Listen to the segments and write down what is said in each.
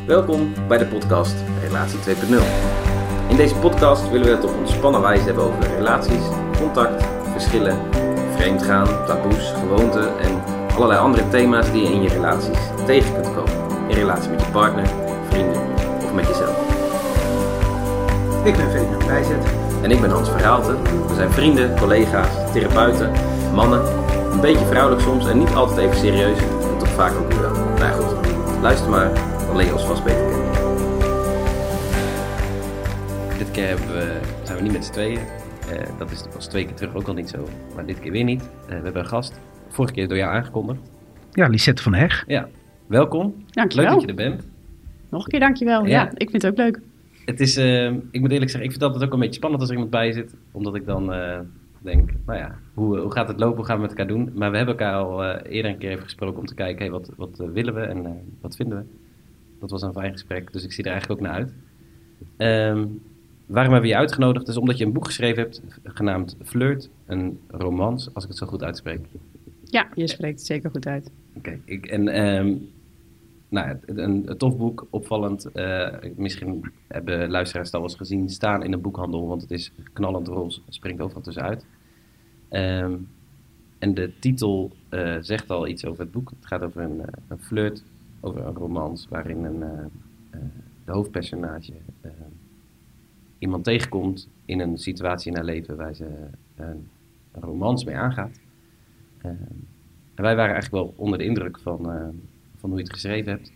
Welkom bij de podcast Relatie 2.0. In deze podcast willen we het op ontspannen wijze hebben over relaties, contact, verschillen, vreemdgaan, taboes, gewoonten en allerlei andere thema's die je in je relaties tegen kunt komen. In relatie met je partner, vrienden of met jezelf. Ik ben Ferdinand Wijzet. En ik ben Hans Verhaalten. We zijn vrienden, collega's, therapeuten, mannen. Een beetje vrouwelijk soms en niet altijd even serieus. En toch vaak ook weer wel. Nou goed, luister maar, dan leer je ons vast beter kennen. Dit keer zijn we niet met z'n tweeën. Dat is pas 2 keer terug ook al niet zo. Maar dit keer weer niet. We hebben een gast. Vorige keer door jou aangekondigd. Ja, Lisette van Heg. Ja, welkom. Dankjewel. Leuk dat je er bent. Nog een keer dankjewel. Ja, ik vind het ook leuk. Het is, ik moet eerlijk zeggen, ik vind het altijd ook een beetje spannend als er iemand bij zit. Omdat ik dan denk, nou ja, hoe gaat het lopen? Hoe gaan we met elkaar doen? Maar we hebben elkaar al eerder een keer even gesproken om te kijken, hey, wat willen we en wat vinden we? Dat was een fijn gesprek, dus ik zie er eigenlijk ook naar uit. Waarom hebben we je uitgenodigd? Dus omdat je een boek geschreven hebt, genaamd Flirt, een romans, als ik het zo goed uitspreek. Ja, je spreekt het zeker goed uit. Oké, een tof boek, opvallend. Misschien hebben luisteraars het al eens gezien staan in een boekhandel, want het is knallend roze. Het springt overal tussenuit. En de titel zegt al iets over het boek. Het gaat over een flirt, over een romans, waarin de hoofdpersonage iemand tegenkomt in een situatie in haar leven waar ze een romans mee aangaat. En wij waren eigenlijk wel onder de indruk van hoe je het geschreven hebt.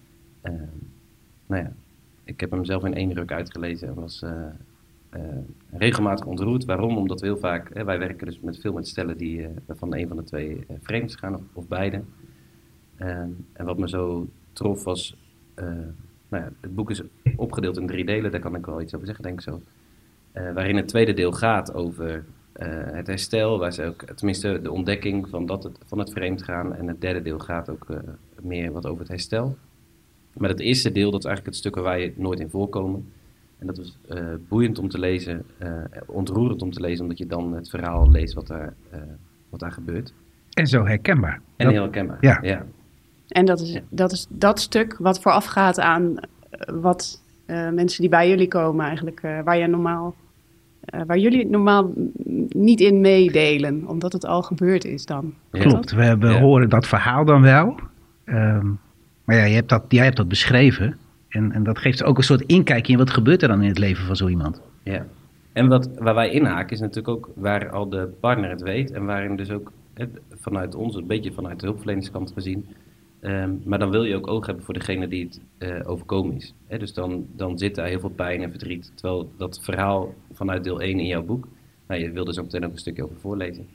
Ik heb hem zelf in 1 ruk uitgelezen en was regelmatig ontroerd. Waarom? Omdat we heel vaak, wij werken dus veel met stellen waarvan een van de 2 vreemd is gaan of beide. En wat me zo trof was, het boek is opgedeeld in 3 delen, daar kan ik wel iets over zeggen, denk ik zo. Waarin het tweede deel gaat over het herstel, waar ze ook, tenminste de ontdekking van het vreemdgaan. En het derde deel gaat ook meer wat over het herstel. Maar het eerste deel, dat is eigenlijk het stuk waar wij nooit in voorkomen. En dat was boeiend om te lezen, ontroerend om te lezen, omdat je dan het verhaal leest wat daar gebeurt. En zo herkenbaar. En heel herkenbaar, ja. En dat is dat stuk wat voorafgaat aan wat mensen die bij jullie komen eigenlijk, waar jullie normaal niet in meedelen, omdat het al gebeurd is dan. Klopt, we horen dat verhaal dan wel. Maar ja, jij hebt dat beschreven. En dat geeft ook een soort inkijkje in wat gebeurt er dan in het leven van zo iemand. Ja, en waar wij inhaken is natuurlijk ook waar al de partner het weet. En waarin dus ook vanuit ons, een beetje vanuit de hulpverleningskant gezien. Maar dan wil je ook oog hebben voor degene die het overkomen is. Dus dan zit daar heel veel pijn en verdriet. Terwijl dat verhaal vanuit deel 1 in jouw boek, je wilde zo meteen ook een stukje over voorlezen.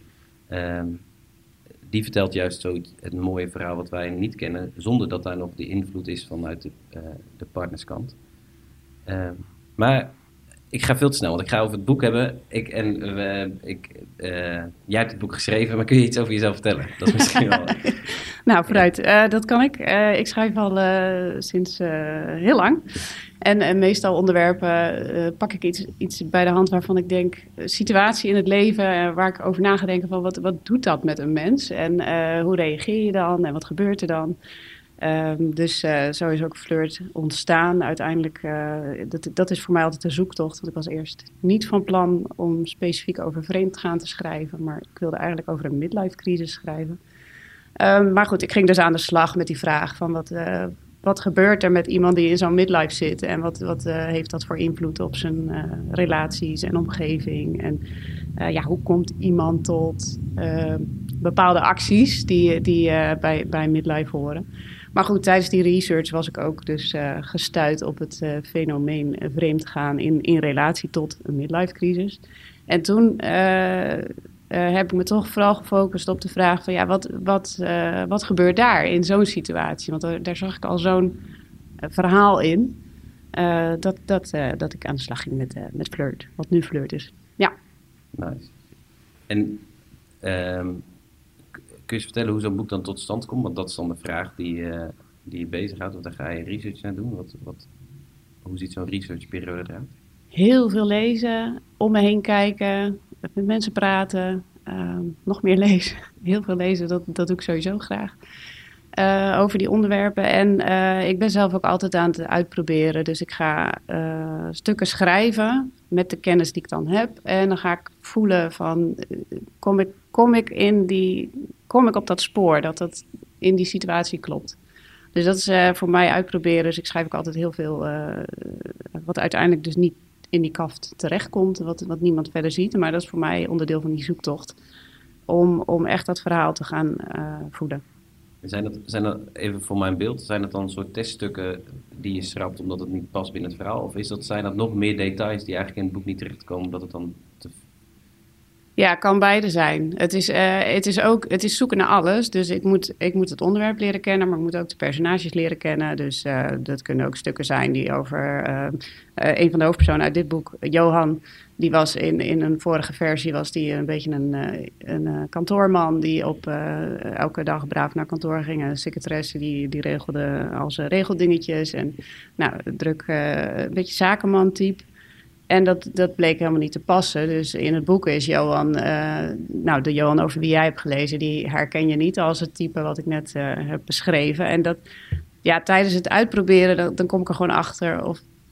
Die vertelt juist zo het mooie verhaal wat wij niet kennen, zonder dat daar nog die invloed is vanuit de partnerskant. Maar ik ga veel te snel, want ik ga over het boek hebben. Jij hebt het boek geschreven, maar kun je iets over jezelf vertellen? Dat is misschien wel... Nou, vooruit. Dat kan ik. Ik schrijf al sinds heel lang. En meestal onderwerpen pak ik iets bij de hand waarvan ik denk, situatie in het leven waar ik over na ga denken van wat doet dat met een mens? En hoe reageer je dan? En wat gebeurt er dan? Dus zo is ook Flirt ontstaan. Uiteindelijk, dat is voor mij altijd de zoektocht. Want ik was eerst niet van plan om specifiek over vreemdgaan te schrijven. Maar ik wilde eigenlijk over een midlife crisis schrijven. Maar goed, ik ging dus aan de slag met die vraag van wat gebeurt er met iemand die in zo'n midlife zit? En wat heeft dat voor invloed op zijn relaties en omgeving? En hoe komt iemand tot bepaalde acties die bij midlife horen? Maar goed, tijdens die research was ik ook dus gestuit op het fenomeen vreemdgaan in relatie tot een midlife crisis. En toen heb ik me toch vooral gefocust op de vraag van wat gebeurt daar in zo'n situatie? Want daar zag ik al zo'n verhaal in dat ik aan de slag ging met Flirt, wat nu Flirt is. Ja. Nice. En kun je eens vertellen hoe zo'n boek dan tot stand komt? Want dat is dan de vraag die je bezighoudt, want daar ga je research naar doen. Hoe ziet zo'n researchperiode eruit? Heel veel lezen, om me heen kijken, met mensen praten, nog meer lezen. Heel veel lezen, dat doe ik sowieso graag. over die onderwerpen. En ik ben zelf ook altijd aan het uitproberen. Dus ik ga stukken schrijven met de kennis die ik dan heb. En dan ga ik voelen van, kom ik op dat spoor, dat in die situatie klopt. Dus dat is voor mij uitproberen. Dus ik schrijf ook altijd heel veel, wat uiteindelijk dus niet in die kaft terechtkomt, wat niemand verder ziet. Maar dat is voor mij onderdeel van die zoektocht. Om echt dat verhaal te gaan voeden. Zijn dat, even voor mijn beeld, zijn dat dan een soort teststukken die je schrapt omdat het niet past binnen het verhaal? Of zijn dat nog meer details die eigenlijk in het boek niet terechtkomen, omdat het dan te... Ja, kan beide zijn. Het is zoeken naar alles. Dus ik moet het onderwerp leren kennen, maar ik moet ook de personages leren kennen. Dus dat kunnen ook stukken zijn die over... een van de hoofdpersonen uit dit boek, Johan, die was in een vorige versie was die een beetje een kantoorman die op elke dag naar kantoor ging. Een secretaresse die regelde al zijn regeldingetjes. En druk een beetje zakenman type. En dat bleek helemaal niet te passen. Dus in het boek is Johan, de Johan over wie jij hebt gelezen, die herken je niet als het type wat ik net heb beschreven. En dat, tijdens het uitproberen, dan kom ik er gewoon achter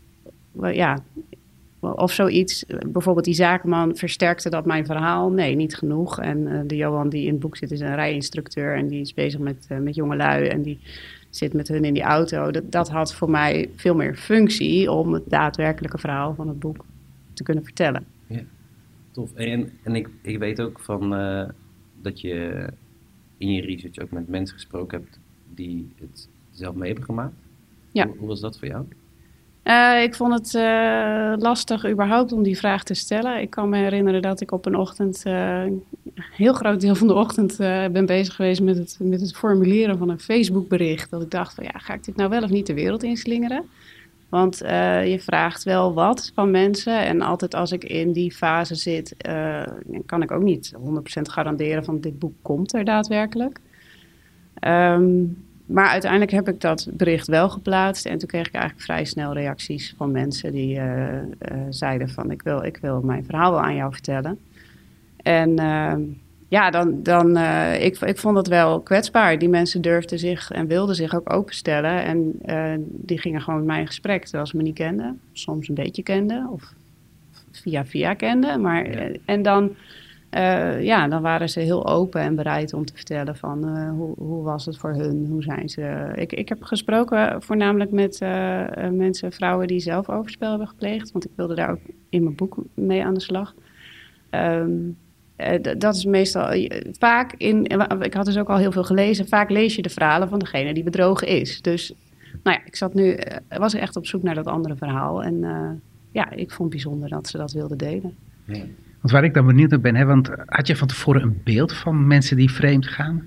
of zoiets. Bijvoorbeeld die zakenman, versterkte dat mijn verhaal? Nee, niet genoeg. En de Johan die in het boek zit is een rijinstructeur en die is bezig met jongelui en die zit met hun in die auto. Dat had voor mij veel meer functie om het daadwerkelijke verhaal van het boek te kunnen vertellen. Ja, tof. En ik weet ook van dat je in je research ook met mensen gesproken hebt die het zelf mee hebben gemaakt. Ja. Hoe was dat voor jou? Ik vond het lastig überhaupt om die vraag te stellen. Ik kan me herinneren dat ik op een ochtend, een heel groot deel van de ochtend, ben bezig geweest met het formuleren van een Facebookbericht. Dat ik dacht van ga ik dit nou wel of niet de wereld inslingeren? Want je vraagt wel wat van mensen. En altijd als ik in die fase zit, kan ik ook niet 100% garanderen van dit boek komt er daadwerkelijk. Maar uiteindelijk heb ik dat bericht wel geplaatst. En toen kreeg ik eigenlijk vrij snel reacties van mensen die zeiden van ik wil mijn verhaal wel aan jou vertellen. En ik vond het wel kwetsbaar. Die mensen durfden zich en wilden zich ook openstellen. En die gingen gewoon met mij in gesprek, terwijl ze me niet kenden. Soms een beetje kenden of via kenden. Maar, en dan waren ze heel open en bereid om te vertellen van hoe was het voor hun, hoe zijn ze. Ik heb gesproken voornamelijk met mensen, vrouwen die zelf overspel hebben gepleegd. Want ik wilde daar ook in mijn boek mee aan de slag. Dat is meestal vaak ik had dus ook al heel veel gelezen. Vaak lees je de verhalen van degene die bedrogen is. Dus ik was echt op zoek naar dat andere verhaal. En ik vond het bijzonder dat ze dat wilden delen. Ja. Want waar ik dan benieuwd naar ben, want had je van tevoren een beeld van mensen die vreemd gaan?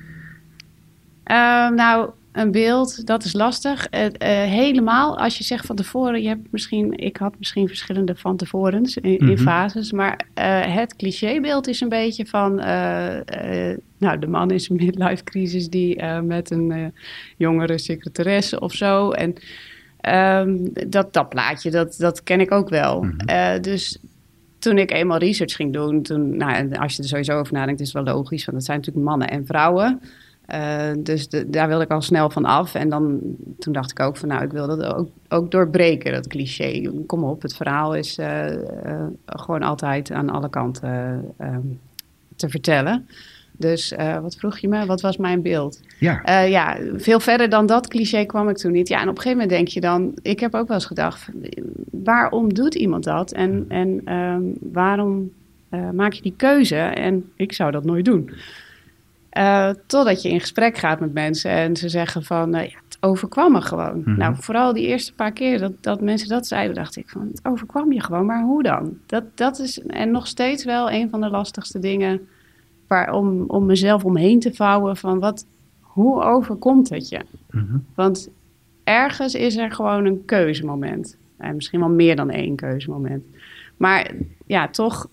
Een beeld, dat is lastig. Helemaal, als je zegt van tevoren, ik had misschien verschillende van tevorens in fases, maar het clichébeeld is een beetje van, de man is een midlife crisis die met een jongere secretaresse of zo. En dat plaatje, dat ken ik ook wel. Dus toen ik eenmaal research ging doen, als je er sowieso over nadenkt, is het wel logisch, want het zijn natuurlijk mannen en vrouwen. Dus daar wilde ik al snel van af. En toen dacht ik ook van, ik wil dat ook doorbreken, dat cliché. Kom op, het verhaal is gewoon altijd aan alle kanten te vertellen. Dus wat vroeg je me? Wat was mijn beeld? Ja. Veel verder dan dat cliché kwam ik toen niet. Ja, en op een gegeven moment denk je dan, ik heb ook wel eens gedacht, waarom doet iemand dat? En waarom maak je die keuze? En ik zou dat nooit doen. Totdat je in gesprek gaat met mensen en ze zeggen van, het overkwam me gewoon. Nou, vooral die eerste paar keer dat mensen dat zeiden, dacht ik van, het overkwam je gewoon, maar hoe dan? Dat is en nog steeds wel een van de lastigste dingen om mezelf omheen te vouwen van hoe overkomt het je? Want ergens is er gewoon een keuzemoment. En misschien wel meer dan één keuzemoment. Maar toch...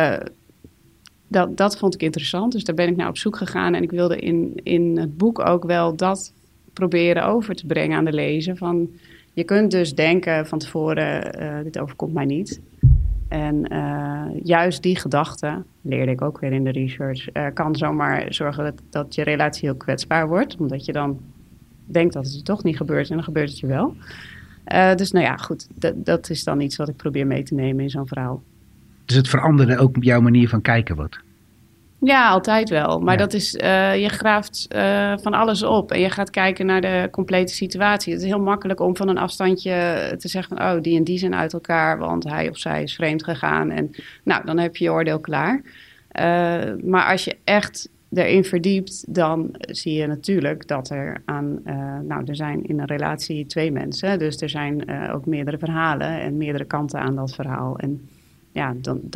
Dat vond ik interessant, dus daar ben ik naar op zoek gegaan. En ik wilde in het boek ook wel dat proberen over te brengen aan de lezer. Van, je kunt dus denken van tevoren, dit overkomt mij niet. En juist die gedachte, leerde ik ook weer in de research, kan zomaar zorgen dat je relatie heel kwetsbaar wordt. Omdat je dan denkt dat het je toch niet gebeurt en dan gebeurt het je wel. Dus nou ja, goed, dat is dan iets wat ik probeer mee te nemen in zo'n verhaal. Dus het veranderde ook jouw manier van kijken wat? Ja, altijd wel. Maar dat is, je graaft van alles op en je gaat kijken naar de complete situatie. Het is heel makkelijk om van een afstandje te zeggen van, oh, die en die zijn uit elkaar, want hij of zij is vreemd gegaan. En nou, dan heb je je oordeel klaar. Maar als je echt erin verdiept, dan zie je natuurlijk dat er er zijn in een relatie 2 mensen. Dus er zijn ook meerdere verhalen en meerdere kanten aan dat verhaal. En ja,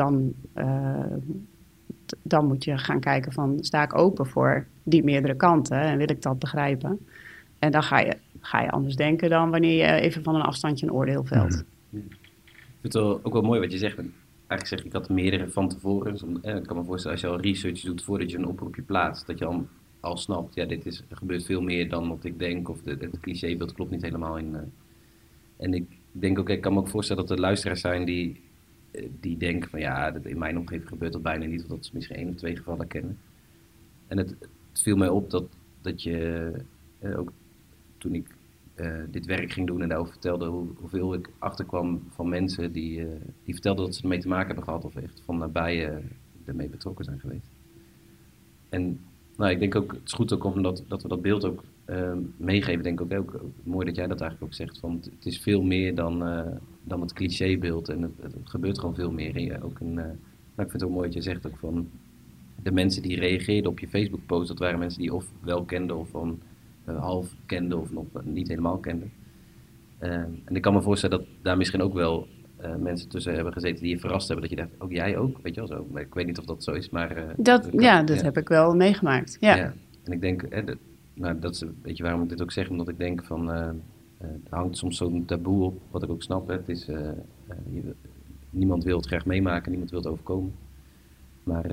dan moet je gaan kijken van, sta ik open voor die meerdere kanten en wil ik dat begrijpen? En dan ga je anders denken dan wanneer je even van een afstandje een oordeel velt. Ik vind het ook wel mooi wat je zegt. Eigenlijk zeg ik had meerdere van tevoren. Dus ik kan me voorstellen, als je al research doet voordat je een oproepje plaatst, dat je al snapt, ja, er gebeurt veel meer dan wat ik denk, of het clichébeeld klopt niet helemaal in. En ik denk ook, ik kan me ook voorstellen dat er luisteraars zijn die denken van ja, in mijn omgeving gebeurt dat bijna niet, omdat ze misschien 1 of 2 gevallen kennen. En het viel mij op dat je ook toen ik dit werk ging doen en daarover vertelde hoeveel ik achterkwam van mensen die vertelden dat ze ermee te maken hebben gehad of echt van nabij ermee betrokken zijn geweest. En nou, ik denk ook, het is goed ook omdat dat we dat beeld ook meegeven, denk ik ook mooi dat jij dat eigenlijk ook zegt, van het is veel meer dan het clichébeeld en het gebeurt gewoon veel meer. En je ook maar ik vind het ook mooi dat je zegt ook van de mensen die reageerden op je Facebook post, dat waren mensen die of wel kenden of van half kenden of nog niet helemaal kenden. En ik kan me voorstellen dat daar misschien ook wel mensen tussen hebben gezeten die je verrast hebben, dat je dacht, ook jij ook, weet je wel zo. Maar ik weet niet of dat zo is, maar... dat heb ik wel meegemaakt, ja. En ik denk, dat is een beetje waarom ik dit ook zeg, omdat ik denk van, er hangt soms zo'n taboe op, wat ik ook snap. Het is, niemand wil het graag meemaken, niemand wil het overkomen. Maar,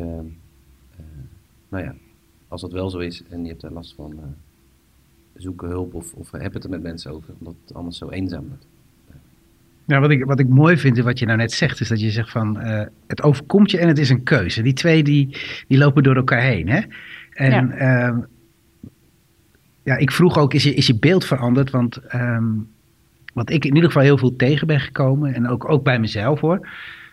als dat wel zo is en je hebt er last van, zoek hulp of heb het er met mensen over, omdat het anders zo eenzaam wordt. Nou, wat ik mooi vind in wat je nou net zegt, is dat je zegt van het overkomt je en het is een keuze. Die twee die lopen door elkaar heen. Hè? En ik vroeg ook, is je beeld veranderd? Want wat ik in ieder geval heel veel tegen ben gekomen, en ook bij mezelf hoor,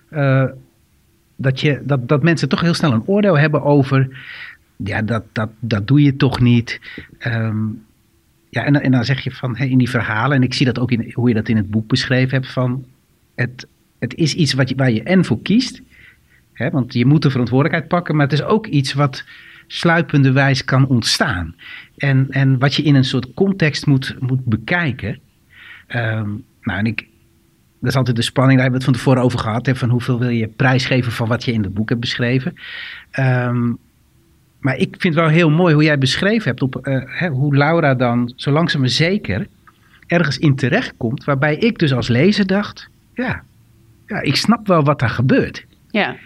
dat mensen toch heel snel een oordeel hebben over, ja, dat doe je toch niet. En dan zeg je van, in die verhalen, en ik zie dat ook in hoe je dat in het boek beschreven hebt, van het is iets waar je en voor kiest, hè, want je moet de verantwoordelijkheid pakken, maar het is ook iets wat sluipenderwijs kan ontstaan. En wat je in een soort context moet bekijken. Dat is altijd de spanning, daar hebben we het van tevoren over gehad, hè, van hoeveel wil je prijsgeven van wat je in het boek hebt beschreven. Maar ik vind het wel heel mooi hoe jij beschreven hebt op hoe Laura dan zo langzaam maar zeker ergens in terecht komt, waarbij ik dus als lezer dacht, ja, ik snap wel wat daar gebeurt. Ja.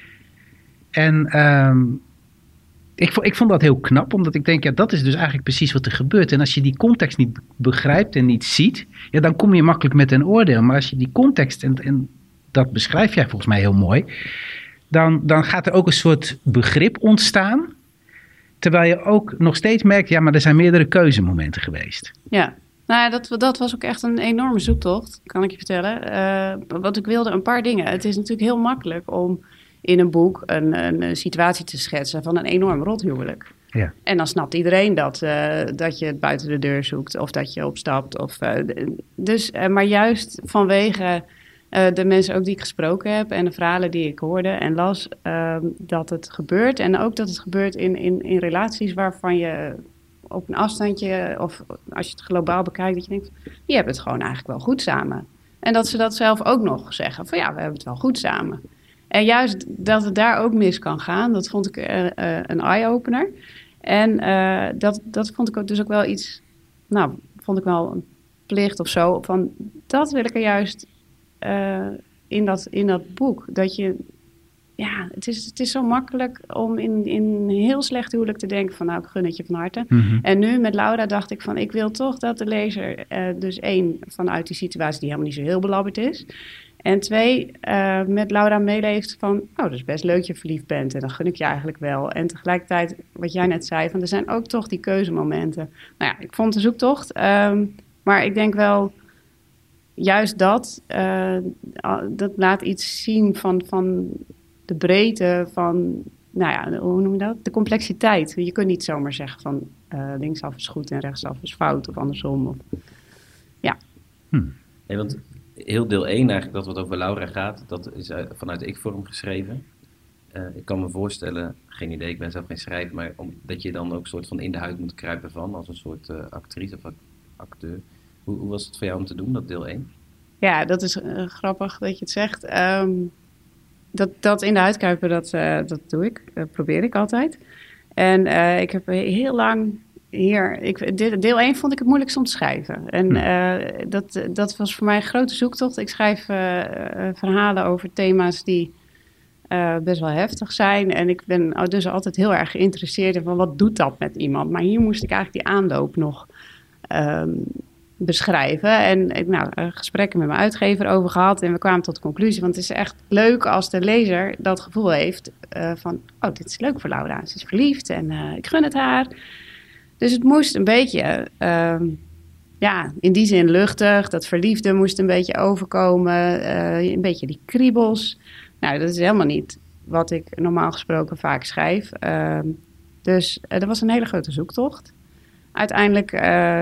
En ik vond dat heel knap, omdat ik denk, ja, dat is dus eigenlijk precies wat er gebeurt. En als je die context niet begrijpt en niet ziet, ja, dan kom je makkelijk met een oordeel. Maar als je die context, en dat beschrijf jij volgens mij heel mooi, dan gaat er ook een soort begrip ontstaan. Terwijl je ook nog steeds merkt, ja, maar er zijn meerdere keuzemomenten geweest. Ja, nou, dat was ook echt een enorme zoektocht, kan ik je vertellen. Want ik wilde een paar dingen. Het is natuurlijk heel makkelijk om in een boek een situatie te schetsen van een enorm rothuwelijk. Ja. En dan snapt iedereen dat je het buiten de deur zoekt of dat je opstapt. Maar juist vanwege de mensen ook die ik gesproken heb en de verhalen die ik hoorde en las, dat het gebeurt. En ook dat het gebeurt in relaties waarvan je op een afstandje, of als je het globaal bekijkt, dat je denkt, die hebben het gewoon eigenlijk wel goed samen. En dat ze dat zelf ook nog zeggen, van ja, we hebben het wel goed samen. En juist dat het daar ook mis kan gaan, dat vond ik een eye-opener. En dat vond ik ook dus ook wel iets, vond ik wel een plicht of zo. Van, dat wil ik er juist in dat boek. Dat je, ja, het is zo makkelijk om in een heel slecht huwelijk te denken van, ik gun het je van harte. Mm-hmm. En nu met Laura dacht ik van, ik wil toch dat de lezer dus vanuit die situatie die helemaal niet zo heel belabberd is, En 2, met Laura meeleeft van, oh, dat is best leuk dat je verliefd bent. En dat gun ik je eigenlijk wel. En tegelijkertijd, wat jij net zei, van er zijn ook toch die keuzemomenten. Nou ja, ik vond de zoektocht. Maar ik denk wel, juist dat laat iets zien van de breedte van, nou ja, hoe noem je dat? De complexiteit. Je kunt niet zomaar zeggen van linksaf is goed en rechtsaf is fout of andersom. Of, ja. Nee, want heel deel 1 eigenlijk, dat wat over Laura gaat, dat is vanuit ik-vorm geschreven. Ik kan me voorstellen, geen idee, ik ben zelf geen schrijver, maar dat je dan ook een soort van in de huid moet kruipen van, als een soort actrice of acteur. Hoe was het voor jou om te doen, dat deel 1? Ja, dat is grappig dat je het zegt. Dat in de huid kruipen, dat doe ik. Dat probeer ik altijd. En ik heb heel lang deel 1 vond ik het moeilijkst om te schrijven. En dat was voor mij een grote zoektocht. Ik schrijf verhalen over thema's die best wel heftig zijn. En ik ben dus altijd heel erg geïnteresseerd in van wat doet dat met iemand. Maar hier moest ik eigenlijk die aanloop nog beschrijven. En gesprekken met mijn uitgever over gehad. En we kwamen tot de conclusie. Want het is echt leuk als de lezer dat gevoel heeft van, oh, dit is leuk voor Laura. Ze is verliefd en ik gun het haar. Dus het moest een beetje, in die zin luchtig. Dat verliefde moest een beetje overkomen. Een beetje die kriebels. Nou, dat is helemaal niet wat ik normaal gesproken vaak schrijf. Dus dat was een hele grote zoektocht. Uiteindelijk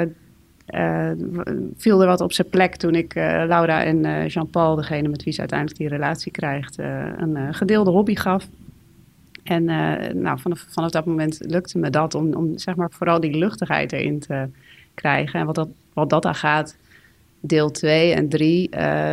viel er wat op zijn plek toen ik Laura en Jean-Paul, degene met wie ze uiteindelijk die relatie krijgt, een gedeelde hobby gaf. En vanaf dat moment lukte me dat om zeg maar vooral die luchtigheid erin te krijgen. En wat dat aan gaat, deel 2 en 3,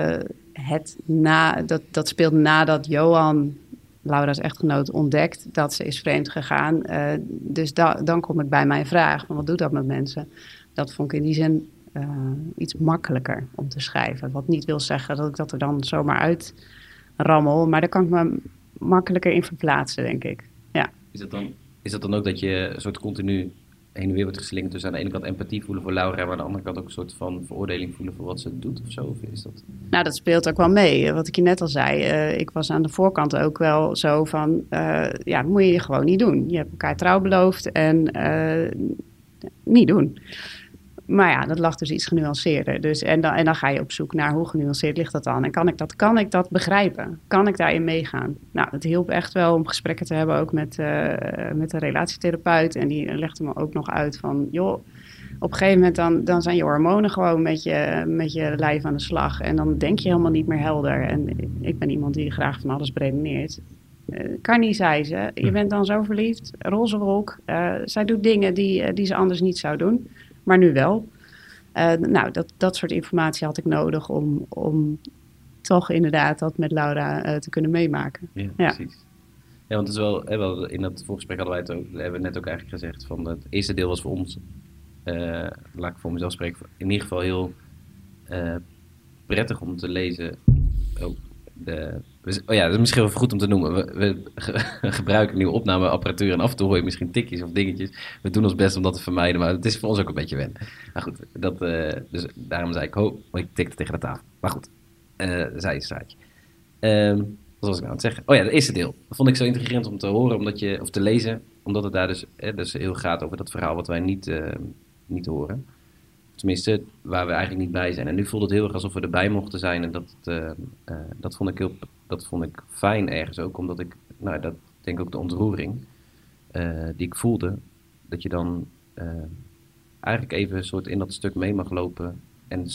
dat speelt nadat Johan, Laura's echtgenoot, ontdekt dat ze is vreemd gegaan. Dus dan kom ik bij mijn vraag, van wat doet dat met mensen? Dat vond ik in die zin iets makkelijker om te schrijven. Wat niet wil zeggen dat ik dat er dan zomaar uit rammel, maar daar kan ik me makkelijker in verplaatsen, denk ik. Ja. Is dat dan ook dat je een soort continu heen en weer wordt geslingerd tussen aan de ene kant empathie voelen voor Laura, maar aan de andere kant ook een soort van veroordeling voelen voor wat ze doet of zo? Of is dat... Nou, dat speelt ook wel mee. Wat ik je net al zei, ik was aan de voorkant ook wel zo van, dat moet je gewoon niet doen. Je hebt elkaar trouw beloofd en niet doen. Maar ja, dat lag dus iets genuanceerder. Dus, en dan ga je op zoek naar hoe genuanceerd ligt dat dan? En kan ik dat begrijpen? Kan ik daarin meegaan? Nou, het hielp echt wel om gesprekken te hebben ook met een relatietherapeut. En die legde me ook nog uit van, joh, op een gegeven moment dan zijn je hormonen gewoon met je lijf aan de slag. En dan denk je helemaal niet meer helder. En ik ben iemand die graag van alles redeneert. Kan niet, zei ze. Je bent dan zo verliefd. Roze wolk. Zij doet dingen die ze anders niet zou doen. Maar nu wel. Dat soort informatie had ik nodig om toch inderdaad dat met Laura te kunnen meemaken. Ja, precies. Ja, want het is wel in dat voorgesprek hadden wij het ook, hebben we net ook eigenlijk gezegd van het eerste deel was voor ons, laat ik voor mezelf spreken, in ieder geval heel prettig om te lezen. Dat is misschien wel goed om te noemen. We gebruiken nieuwe opnameapparatuur en af en toe hoor je misschien tikjes of dingetjes. We doen ons best om dat te vermijden, maar het is voor ons ook een beetje wennen. Maar goed, dus daarom zei ik tikte tegen de tafel. Maar goed, zei een straatje. Wat was ik nou aan het zeggen? Oh ja, het eerste deel. Dat vond ik zo intrigerend om te horen, of te lezen, omdat het daar dus heel gaat over dat verhaal wat wij niet horen. Tenminste, waar we eigenlijk niet bij zijn. En nu voelt het heel erg alsof we erbij mochten zijn. En dat vond ik fijn ergens ook. Omdat ik, dat denk ik ook de ontroering die ik voelde. Dat je dan eigenlijk even een soort in dat stuk mee mag lopen. En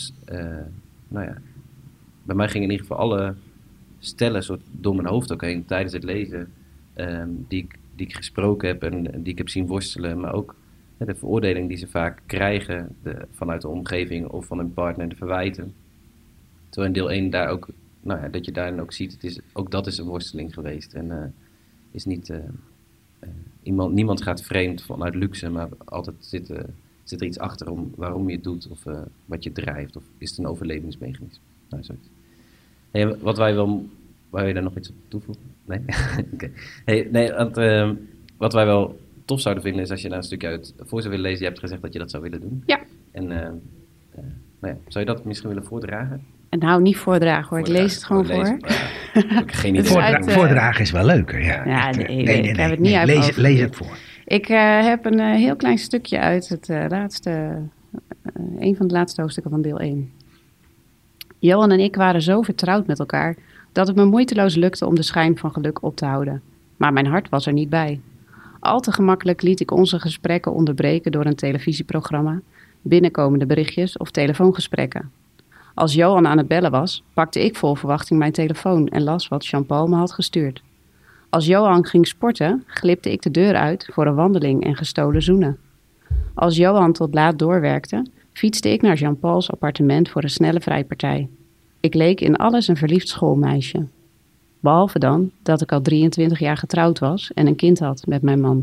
bij mij gingen in ieder geval alle stellen soort door mijn hoofd ook heen tijdens het lezen. Die ik gesproken heb en die ik heb zien worstelen. Maar ook de veroordeling die ze vaak krijgen vanuit de omgeving of van hun partner, de verwijten. Terwijl in deel 1 daar ook, dat je daarin ook ziet, ook dat is een worsteling geweest. En is niet, niemand gaat vreemd vanuit luxe, maar altijd zit er iets achter waarom je het doet of wat je drijft. Of is het een overlevingsmechanisme? Zoiets. Hey, waar je daar nog iets op toevoegen? Nee? Okay. Want wat wij wel tof zouden vinden is als je daar een stukje uit voor zou willen lezen. Je hebt gezegd dat je dat zou willen doen. Ja. En zou je dat misschien willen voordragen? En nou, niet voordragen hoor, ik lees het gewoon voor. Geen Het is idee. uit, Voordragen is wel leuker, ja. Ja, nee, ik heb het niet uit mijn hoofd Lees geleerd. het voor. Ik heb een heel klein stukje uit het een van de laatste hoofdstukken van deel 1. Johan en ik waren zo vertrouwd met elkaar dat het me moeiteloos lukte om de schijn van geluk op te houden. Maar mijn hart was er niet bij. Al te gemakkelijk liet ik onze gesprekken onderbreken door een televisieprogramma, binnenkomende berichtjes of telefoongesprekken. Als Johan aan het bellen was, pakte ik vol verwachting mijn telefoon en las wat Jean-Paul me had gestuurd. Als Johan ging sporten, glipte ik de deur uit voor een wandeling en gestolen zoenen. Als Johan tot laat doorwerkte, fietste ik naar Jean-Pauls appartement voor een snelle vrijpartij. Ik leek in alles een verliefd schoolmeisje. Behalve dan dat ik al 23 jaar getrouwd was en een kind had met mijn man.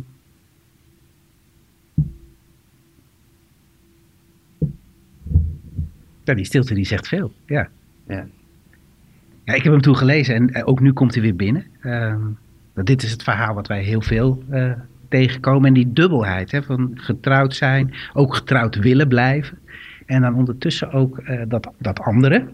Ja, die stilte die zegt veel, ja. Ja. Ja, ik heb hem toen gelezen en ook nu komt hij weer binnen. Dit is het verhaal wat wij heel veel tegenkomen. En die dubbelheid van getrouwd zijn, ook getrouwd willen blijven. En dan ondertussen ook dat andere.